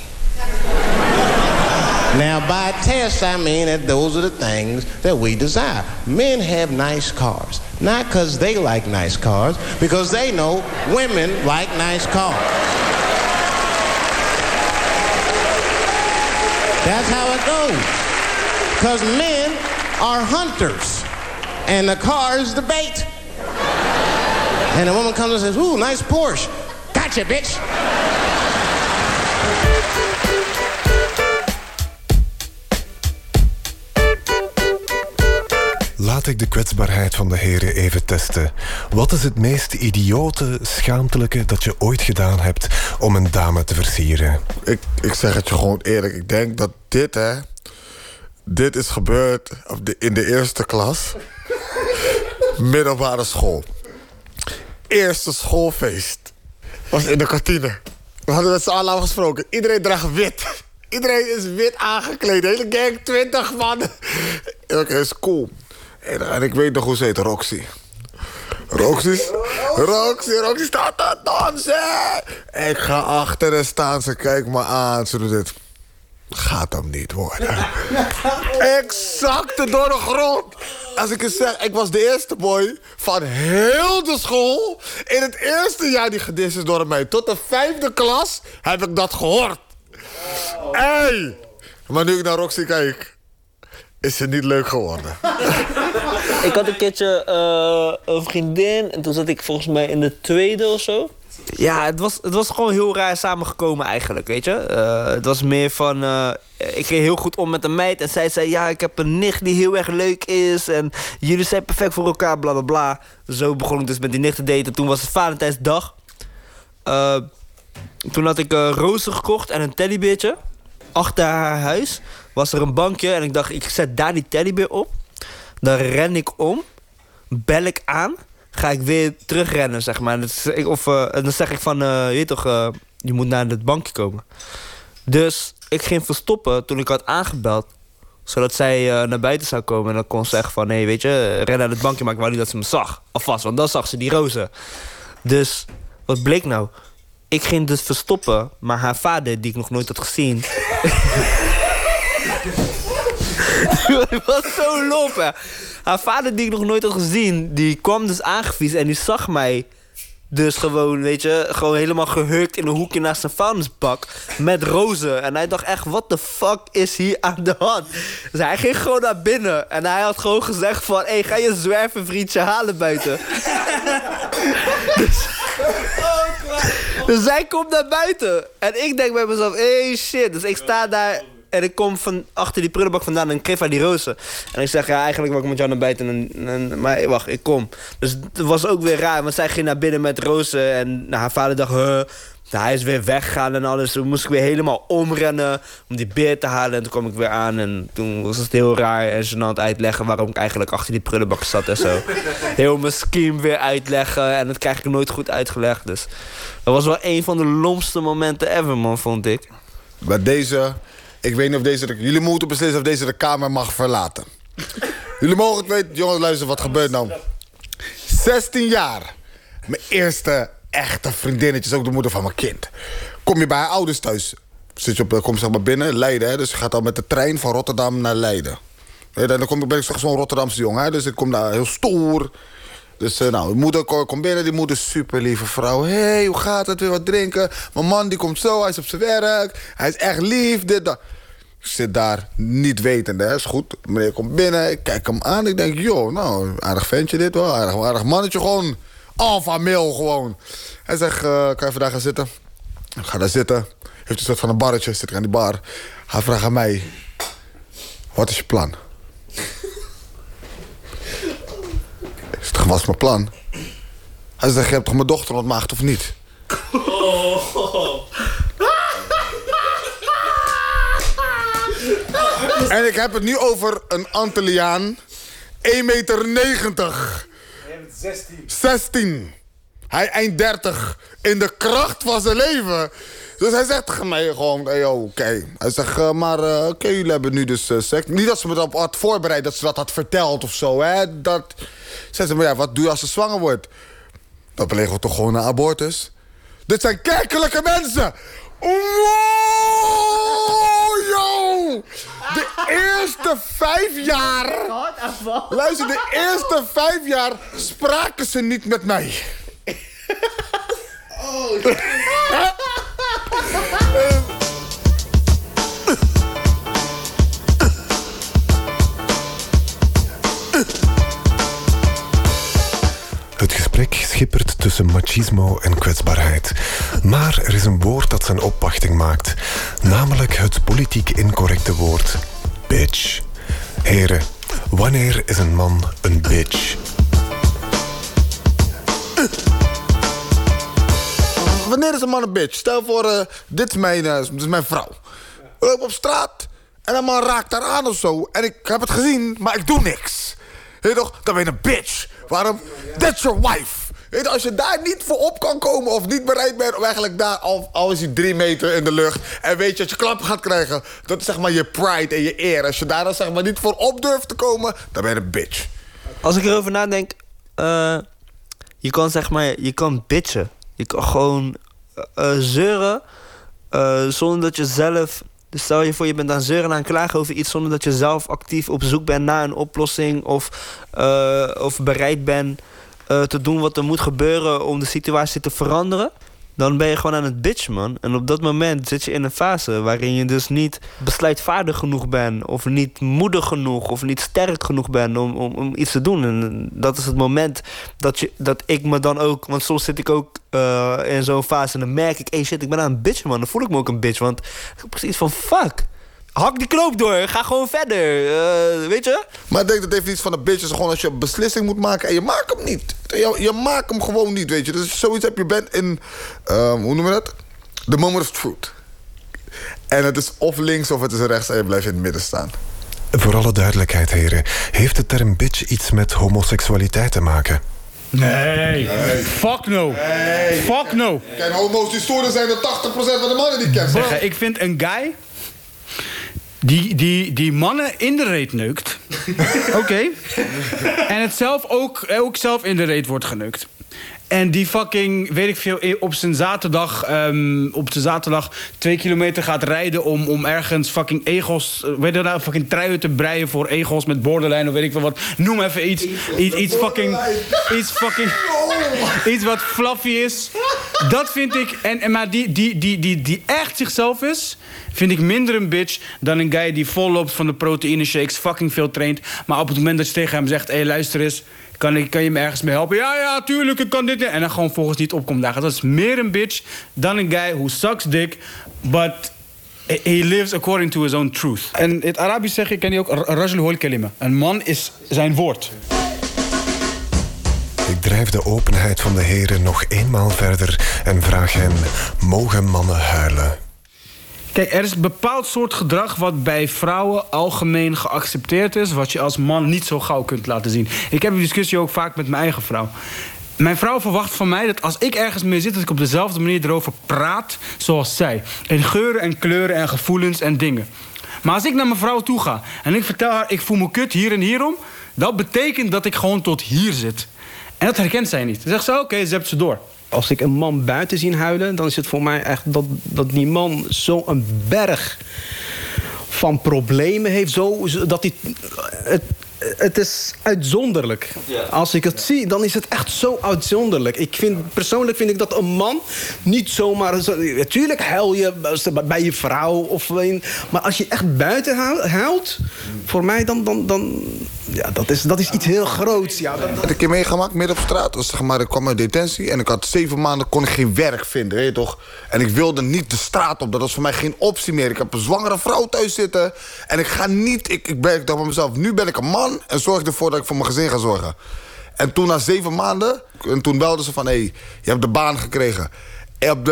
Now, by test, I mean that those are the things that we desire. Men have nice cars. Not because they like nice cars, because they know women like nice cars. That's how it goes. Because men are hunters, and the car is the bait. And a woman comes and says, ooh, nice Porsche. Gotcha, bitch. laat ik de kwetsbaarheid van de heren even testen. Wat is het meest idiote, schaamtelijke dat je ooit gedaan hebt om een dame te versieren? Ik zeg het je gewoon eerlijk. Ik denk dat dit is gebeurd in de eerste klas. Middelbare school. Eerste schoolfeest. Was in de kantine. We hadden met z'n allen afgesproken. Iedereen draagt wit. Iedereen is wit aangekleed. De hele gang, 20 man. Oké, is cool. En ik weet nog hoe ze heet, Roxy. Roxy staat te dansen. Ik ga achter haar staan, ze kijkt me aan. Ze doet dit. Gaat hem niet worden. Ik zakte door de grond. Als ik het zeg, ik was de eerste boy van heel de school. In het eerste jaar die gedist is door mij. Tot de 5e klas heb ik dat gehoord. Hey! Maar nu ik naar Roxy kijk, is ze niet leuk geworden. Ik had een keertje een vriendin en toen zat ik volgens mij in de 2e of zo. Ja, het was gewoon heel raar samengekomen eigenlijk, weet je. Het was meer van... ik ging heel goed om met een meid en zij zei... ja, ik heb een nicht die heel erg leuk is en jullie zijn perfect voor elkaar, bla bla bla. Zo begon ik dus met die nicht te daten. Toen was het Valentijnsdag. Toen had ik rozen gekocht en een teddybeertje. Achter haar huis was er een bankje en ik dacht, ik zet daar die teddybeer op. Dan ren ik om, bel ik aan, ga ik weer terugrennen, zeg maar. En dan zeg ik van, je weet toch, je moet naar het bankje komen. Dus ik ging verstoppen toen ik had aangebeld, zodat zij naar buiten zou komen. En dan kon ze zeggen van, nee, weet je, ren naar het bankje, maar ik wou niet dat ze me zag. Alvast, want dan zag ze die rozen. Dus, wat bleek nou? Ik ging dus verstoppen, maar haar vader, die ik nog nooit had gezien... Het was zo lomp, hè. Haar vader, die ik nog nooit had gezien, die kwam dus aangefietst en die zag mij dus gewoon, weet je, gewoon helemaal gehurkt in een hoekje naast zijn vuilnisbak met rozen. En hij dacht echt, what the fuck is hier aan de hand? Dus hij ging gewoon naar binnen en hij had gewoon gezegd van, hey, ga je zwervenvriendje halen buiten? Dus zij komt naar buiten. En ik denk bij mezelf, hey shit. Dus ik sta daar en ik kom van achter die prullenbak vandaan en ik geef haar die rozen. En ik zeg, ja, eigenlijk wil ik met jou naar buiten. Maar wacht, ik kom. Dus het was ook weer raar, want zij ging naar binnen met rozen. En haar vader dacht, hij is weer weggegaan en alles. Toen moest ik weer helemaal omrennen om die beer te halen. En toen kwam ik weer aan en toen was het heel raar en gênant uitleggen waarom ik eigenlijk achter die prullenbak zat en zo. Heel mijn scheme weer uitleggen en dat krijg ik nooit goed uitgelegd. Dus dat was wel een van de lompste momenten ever, man, vond ik. Bij deze, ik weet niet of jullie moeten beslissen of deze de kamer mag verlaten. Jullie mogen het weten, jongens, luister, wat gebeurt nou? 16 jaar, mijn eerste echte vriendinnetje, is ook de moeder van mijn kind. Kom je bij haar ouders thuis, kom zeg maar binnen, Leiden, hè? Dus je gaat dan met de trein van Rotterdam naar Leiden. En dan ben ik zo'n Rotterdamse jongen, hè? Dus ik kom daar heel stoer. Dus mijn moeder komt binnen, die moeder super lieve vrouw. Hey, hoe gaat het, weer wat drinken? Mijn man die komt zo, hij is op zijn werk, hij is echt lief, dit, dat. Ik zit daar niet wetende, hè? Is goed. Meneer komt binnen, ik kijk hem aan, ik denk, joh, nou, aardig ventje dit wel, aardig mannetje gewoon. Alpha male gewoon. Hij zegt, kan je vandaag gaan zitten? Ik ga daar zitten. Heeft een soort van een barretje, zit ik aan die bar. Hij vraagt aan mij, wat is je plan? Ik zeg, wat is mijn plan? Hij zegt, je hebt toch mijn dochter ontmaagd of niet? En ik heb het nu over een Antilliaan, 1,90 meter. 16. Hij eind 30. In de kracht van zijn leven. Dus hij zegt tegen mij gewoon, hey, oké. Hij zegt, oké, jullie hebben nu dus seks. Niet dat ze me dat had voorbereid, dat ze dat had verteld of zo, hè. Dat... Zei ze, maar ja, wat doe je als ze zwanger wordt? Dan plegen we toch gewoon een abortus? Dit zijn kerkelijke mensen! Wow, yo! De eerste 5 jaar... Luister, de eerste 5 jaar spraken ze niet met mij. Het gesprek schippert tussen machismo en kwetsbaarheid. Maar er is een woord dat zijn opwachting maakt. Namelijk het politiek incorrecte woord bitch. Heren, Wanneer is een man een bitch? Wanneer is een man een bitch? Stel voor, dit is mijn vrouw. We lopen op straat en een man raakt haar aan of zo. En ik heb het gezien, maar ik doe niks. Weet je toch? Dan ben je een bitch. Waarom? That's your wife. Weet je, als je daar niet voor op kan komen of niet bereid bent om eigenlijk daar, al is hij 3 meter in de lucht en weet je dat je klappen gaat krijgen, dat is zeg maar je pride en je eer. Als je daar dan zeg maar niet voor op durft te komen, dan ben je een bitch. Als ik erover nadenk, je kan zeg maar, je kan bitchen. Je kan gewoon zeuren zonder dat je zelf... Dus stel je voor, je bent aan zeuren en aan klagen over iets zonder dat je zelf actief op zoek bent naar een oplossing of bereid bent te doen wat er moet gebeuren om de situatie te veranderen. Dan ben je gewoon aan het bitchen, man. En op dat moment zit je in een fase waarin je dus niet besluitvaardig genoeg bent, of niet moedig genoeg, of niet sterk genoeg bent om iets te doen. En dat is het moment dat ik me dan ook... Want soms zit ik ook in zo'n fase en dan merk ik, hey shit, ik ben aan het bitchen, man. Dan voel ik me ook een bitch, want ik heb precies van, fuck. Hak die knoop door, ga gewoon verder, weet je? Maar ik denk dat heeft iets van een bitch is gewoon als je een beslissing moet maken en je maakt hem niet. Je maakt hem gewoon niet, weet je. Dus zoiets heb je bent in, hoe noem je dat? The moment of truth. En het is of links of het is rechts en je blijft in het midden staan. Voor alle duidelijkheid, heren, heeft de term bitch iets met homoseksualiteit te maken? Nee. Fuck no. Nee. Fuck no. Kijk, homo's die storen zijn er 80% van de mannen die kennen. Zeggen, ik vind een guy die mannen in de reet neukt. Oké. En het zelf ook zelf in de reet wordt geneukt. En die fucking, weet ik veel, op zijn zaterdag 2 kilometer gaat rijden om ergens fucking egels, weet je nou, fucking truien te breien voor egels met borderline of weet ik veel wat. Noem even iets wat fluffy is. Dat vind ik, maar die echt zichzelf is, vind ik minder een bitch dan een guy die vol loopt van de proteïne shakes, fucking veel traint, maar op het moment dat je tegen hem zegt, hé, luister eens, kan je me ergens mee helpen? Ja, tuurlijk, ik kan dit. En dan gewoon volgens niet opkomt dagen. Dat is meer een bitch dan een guy who sucks dick, but he lives according to his own truth. En in het Arabisch zeg ik, ken je ook rajul hol kalima. Een man is zijn woord. Ik drijf de openheid van de heren nog eenmaal verder en vraag hen, mogen mannen huilen? Kijk, er is een bepaald soort gedrag wat bij vrouwen algemeen geaccepteerd is, wat je als man niet zo gauw kunt laten zien. Ik heb die discussie ook vaak met mijn eigen vrouw. Mijn vrouw verwacht van mij dat als ik ergens mee zit, dat ik op dezelfde manier erover praat zoals zij. In geuren en kleuren en gevoelens en dingen. Maar als ik naar mijn vrouw toe ga en ik vertel haar, ik voel me kut hier en hierom, dat betekent dat ik gewoon tot hier zit. En dat herkent zij niet. Dan zegt ze, oké, ze hebt ze door. Als ik een man buiten zie huilen, dan is het voor mij echt dat die man zo'n berg van problemen heeft. Dat hij... Het is uitzonderlijk. Ja. Als ik het zie, dan is het echt zo uitzonderlijk. Persoonlijk vind ik dat een man niet zomaar... Natuurlijk huil je bij je vrouw. Maar als je echt buiten huilt, voor mij dan ja, dat is iets heel groots. Ja, dat heb ik een keer meegemaakt, midden op straat. Dus, zeg maar, ik kwam uit detentie en ik had 7 maanden kon ik geen werk vinden, weet je toch? En ik wilde niet de straat op, dat was voor mij geen optie meer. Ik heb een zwangere vrouw thuis zitten en ik ga niet... Ik dacht bij mezelf, nu ben ik een man en zorg ervoor dat ik voor mijn gezin ga zorgen. En toen na 7 maanden, en toen belden ze van, hé, je hebt de baan gekregen. Op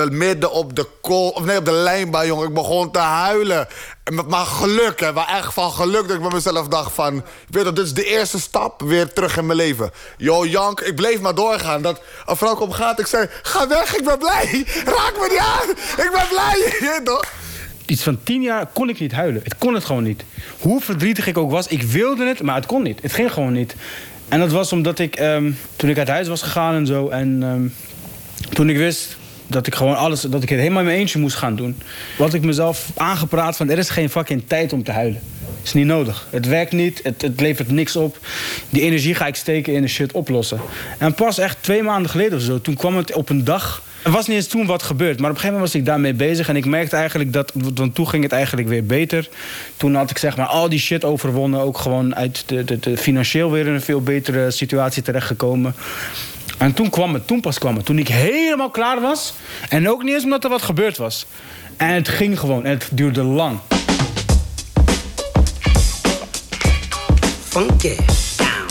de lijnbaan, jongen. Ik begon te huilen. Maar geluk, hè. Maar echt van geluk dat ik bij mezelf dacht van... Ik weet dat dit is de eerste stap weer terug in mijn leven. Yo, Jank, ik bleef maar doorgaan. Dat een vrouw komt gaat, ik zei... Ga weg, ik ben blij. Raak me niet aan. Ik ben blij. Iets van 10 jaar kon ik niet huilen. Het kon het gewoon niet. Hoe verdrietig ik ook was, ik wilde het, maar het kon niet. Het ging gewoon niet. En dat was omdat ik... toen ik uit huis was gegaan en zo... En toen ik wist... dat ik gewoon alles, dat ik het helemaal in mijn eentje moest gaan doen. Wat ik mezelf aangepraat van, er is geen fucking tijd om te huilen. Het is niet nodig. Het werkt niet, het levert niks op. Die energie ga ik steken in de shit oplossen. En pas echt 2 maanden geleden of zo, toen kwam het op een dag... Er was niet eens toen wat gebeurd, maar op een gegeven moment was ik daarmee bezig... en ik merkte eigenlijk dat, want toen ging het eigenlijk weer beter. Toen had ik zeg maar al die shit overwonnen... ook gewoon uit de financieel weer in een veel betere situatie terechtgekomen... En toen pas kwam het. Toen ik helemaal klaar was. En ook niet eens omdat er wat gebeurd was. En het ging gewoon. En het duurde lang. funky down.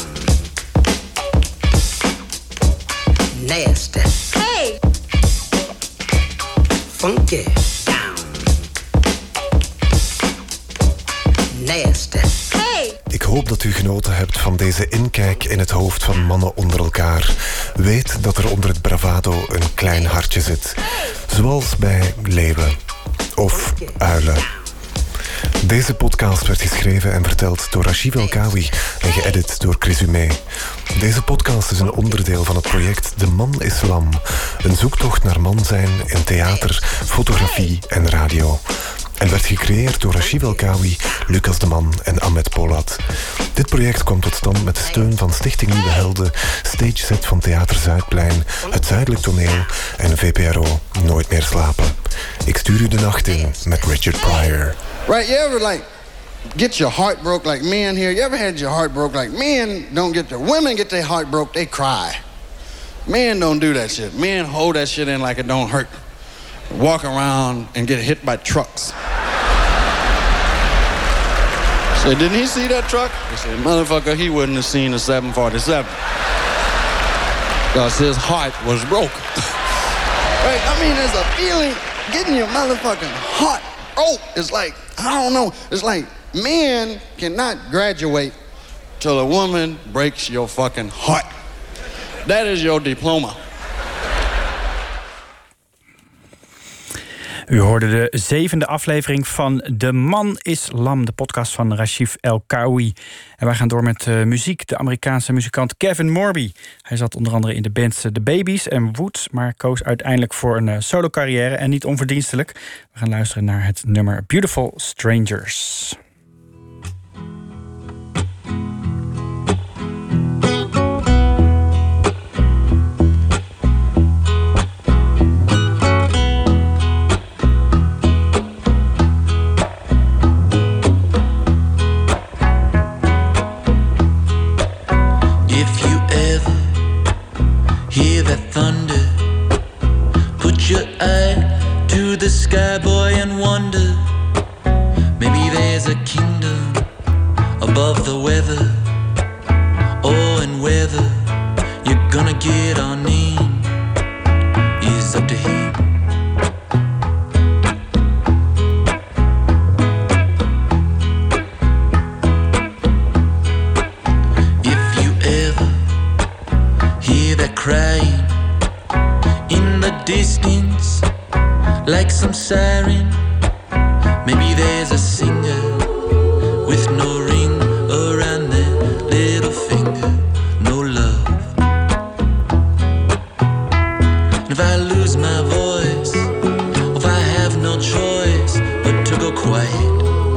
Nasty. Hey! Funky down. Nasty. Hey! Ik hoop dat u genoten hebt van deze inkijk in het hoofd van mannen onder elkaar. Weet dat er onder het bravado een klein hartje zit. Zoals bij leeuwen. Of uilen. Deze podcast werd geschreven en verteld door Rachif El-Kawi en geëdit door Chris Humé. Deze podcast is een onderdeel van het project De Man is Lam. Een zoektocht naar man zijn in theater, fotografie en radio. En werd gecreëerd door Rachif El-Kawi, Lucas de Man en Ahmed Polat. Dit project kwam tot stand met de steun van Stichting Nieuwe Helden, Stageset van Theater Zuidplein, Het Zuidelijk Toneel en VPRO Nooit meer slapen. Ik stuur u de nacht in met Richard Pryor. Right, you ever like get your heart broke like men here? You ever had your heart broke like men don't get their women get their heart broke, they cry. Men don't do that shit. Men hold that shit in like it don't hurt. Walk around and get hit by trucks. Say, didn't he see that truck? He said, motherfucker, he wouldn't have seen a 747. Because his heart was broken. Right, I mean, there's a feeling getting your motherfucking heart broke. It's like, I don't know, it's like men cannot graduate till a woman breaks your fucking heart. That is your diploma. U hoorde de 7e aflevering van De Man is Lam, de podcast van Rachif El-Kawi. En wij gaan door met muziek. De Amerikaanse muzikant Kevin Morby. Hij zat onder andere in de bands The Babies en Woods, maar koos uiteindelijk voor een solo-carrière en niet onverdienstelijk. We gaan luisteren naar het nummer Beautiful Strangers. Thunder, put your eye to the sky, boy, and wonder. Maybe there's a kingdom above the weather. Oh, and whether you're gonna get on in is up to him. If you ever hear that crying in the distance, like some siren, maybe there's a singer with no ring around their little finger, no love. And if I lose my voice, or if I have no choice but to go quiet,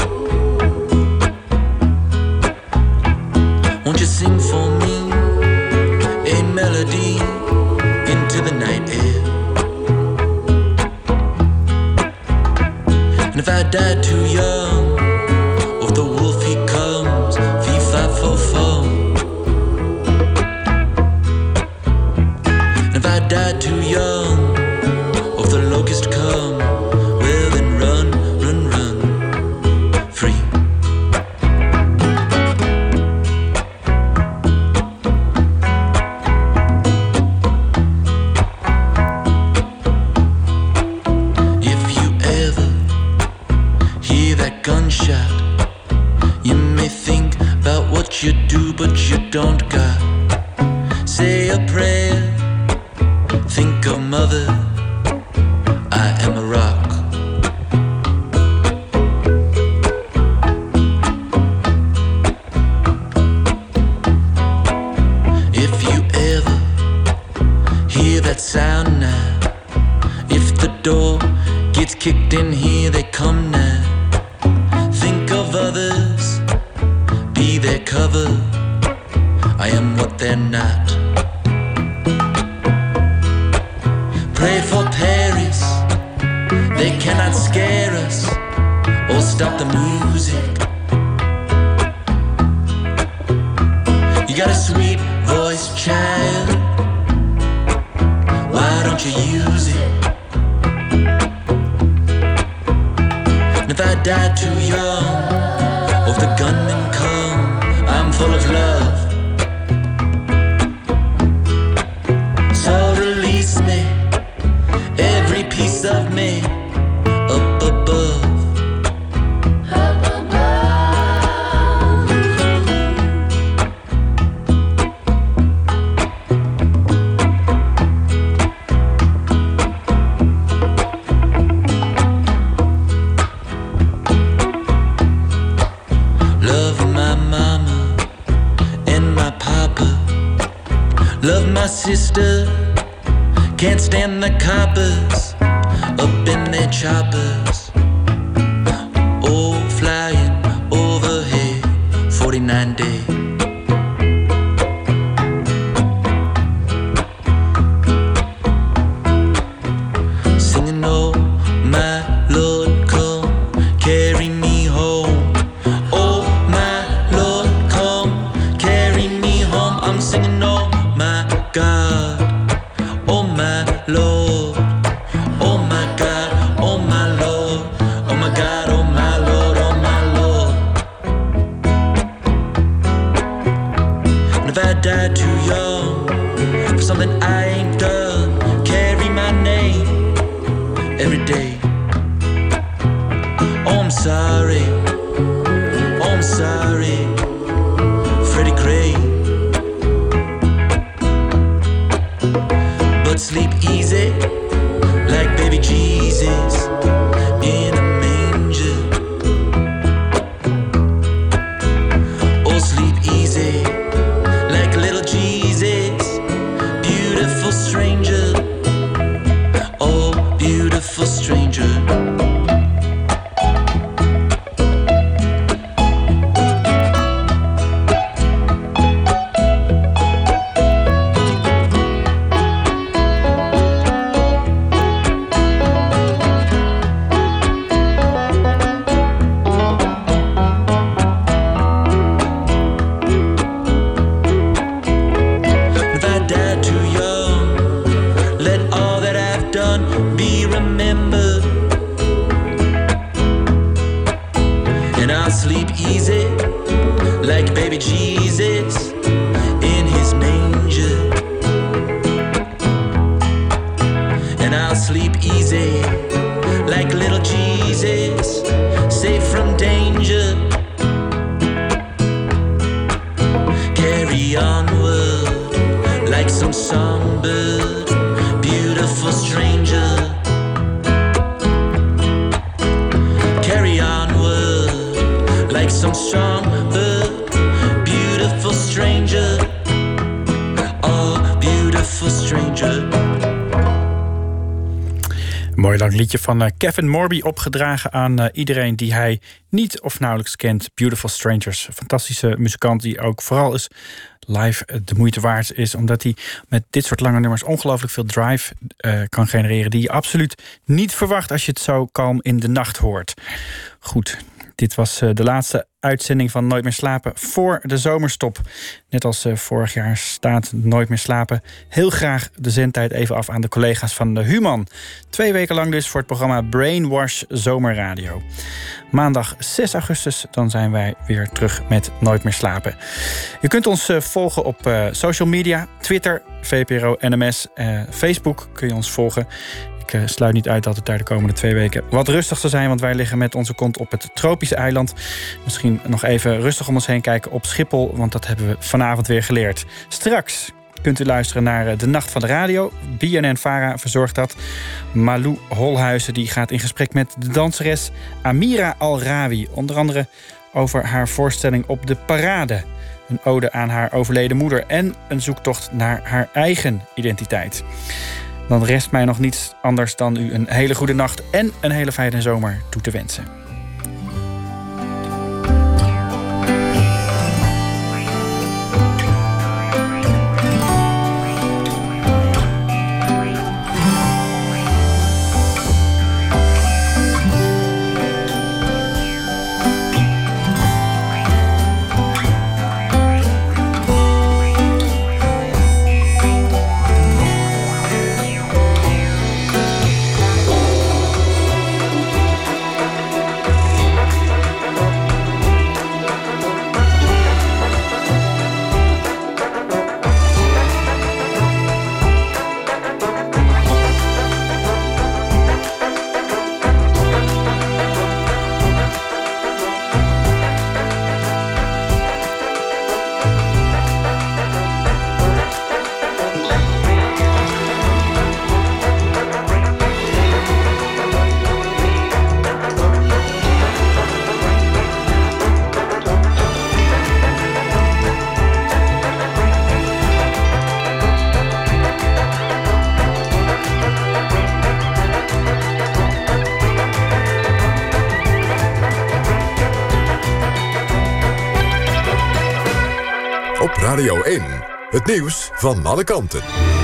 won't you sing for me a melody into the night air? And if I die too young, or if the wolf he comes, fee-fi-fo-fum. And if I die too young, or if the locust come, well then run, run, run, free. Gunshot, you may think about what you do, but you don't got. Say a prayer, think of mother, I am a rock. If you ever hear that sound now, if the door gets kicked in here, they come now. Others, be their cover. I am what they're not. Pray for Paris, they cannot scare us or stop the music. You got a sweet voice, child, why don't you use it? And if I die too young, or if the gunmen come, I'm full of love. So release me, every piece of me up above. Love my sister, can't stand the coppers up in their choppers. Oh, flying overhead, 49 day. Singing, oh, my Lord, come carry me home. Oh, my Lord, come carry me home. I'm singing, oh, my God, oh my Lord, oh my God, oh my Lord, oh my God, oh my Lord, oh my Lord. And if I die too young for something I ain't done, carry my name every day. Oh, I'm sorry, oh, I'm sorry, Freddie Gray. But sleep easy, like baby Jesus in a manger. Oh, sleep easy, like little Jesus, beautiful stranger. Oh, beautiful stranger. Mooi lang liedje van Kevin Morby, opgedragen aan iedereen die hij niet of nauwelijks kent. Beautiful Strangers, fantastische muzikant die ook vooral eens live de moeite waard is, omdat hij met dit soort lange nummers ongelooflijk veel drive kan genereren die je absoluut niet verwacht als je het zo kalm in de nacht hoort. Goed, dit was de laatste uitzending van Nooit meer slapen voor de zomerstop. Net als vorig jaar staat Nooit meer slapen heel graag de zendtijd even af aan de collega's van de Human. 2 weken lang dus voor het programma Brainwash Zomerradio. Maandag 6 augustus, dan zijn wij weer terug met Nooit meer slapen. Je kunt ons volgen op social media, Twitter, VPRO NMS, Facebook kun je ons volgen. Ik sluit niet uit dat het daar de komende 2 weken wat rustig zal zijn, want wij liggen met onze kont op het tropische eiland. Misschien nog even rustig om ons heen kijken op Schiphol, want dat hebben we vanavond weer geleerd. Straks kunt u luisteren naar De Nacht van de Radio. BNN-Vara verzorgt dat. Malou Holhuizen die gaat in gesprek met de danseres Amira Al-Rawi. Onder andere over haar voorstelling Op de Parade. Een ode aan haar overleden moeder en een zoektocht naar haar eigen identiteit. Dan rest mij nog niets anders dan u een hele goede nacht en een hele fijne zomer toe te wensen. Op Radio 1, het nieuws van alle kanten.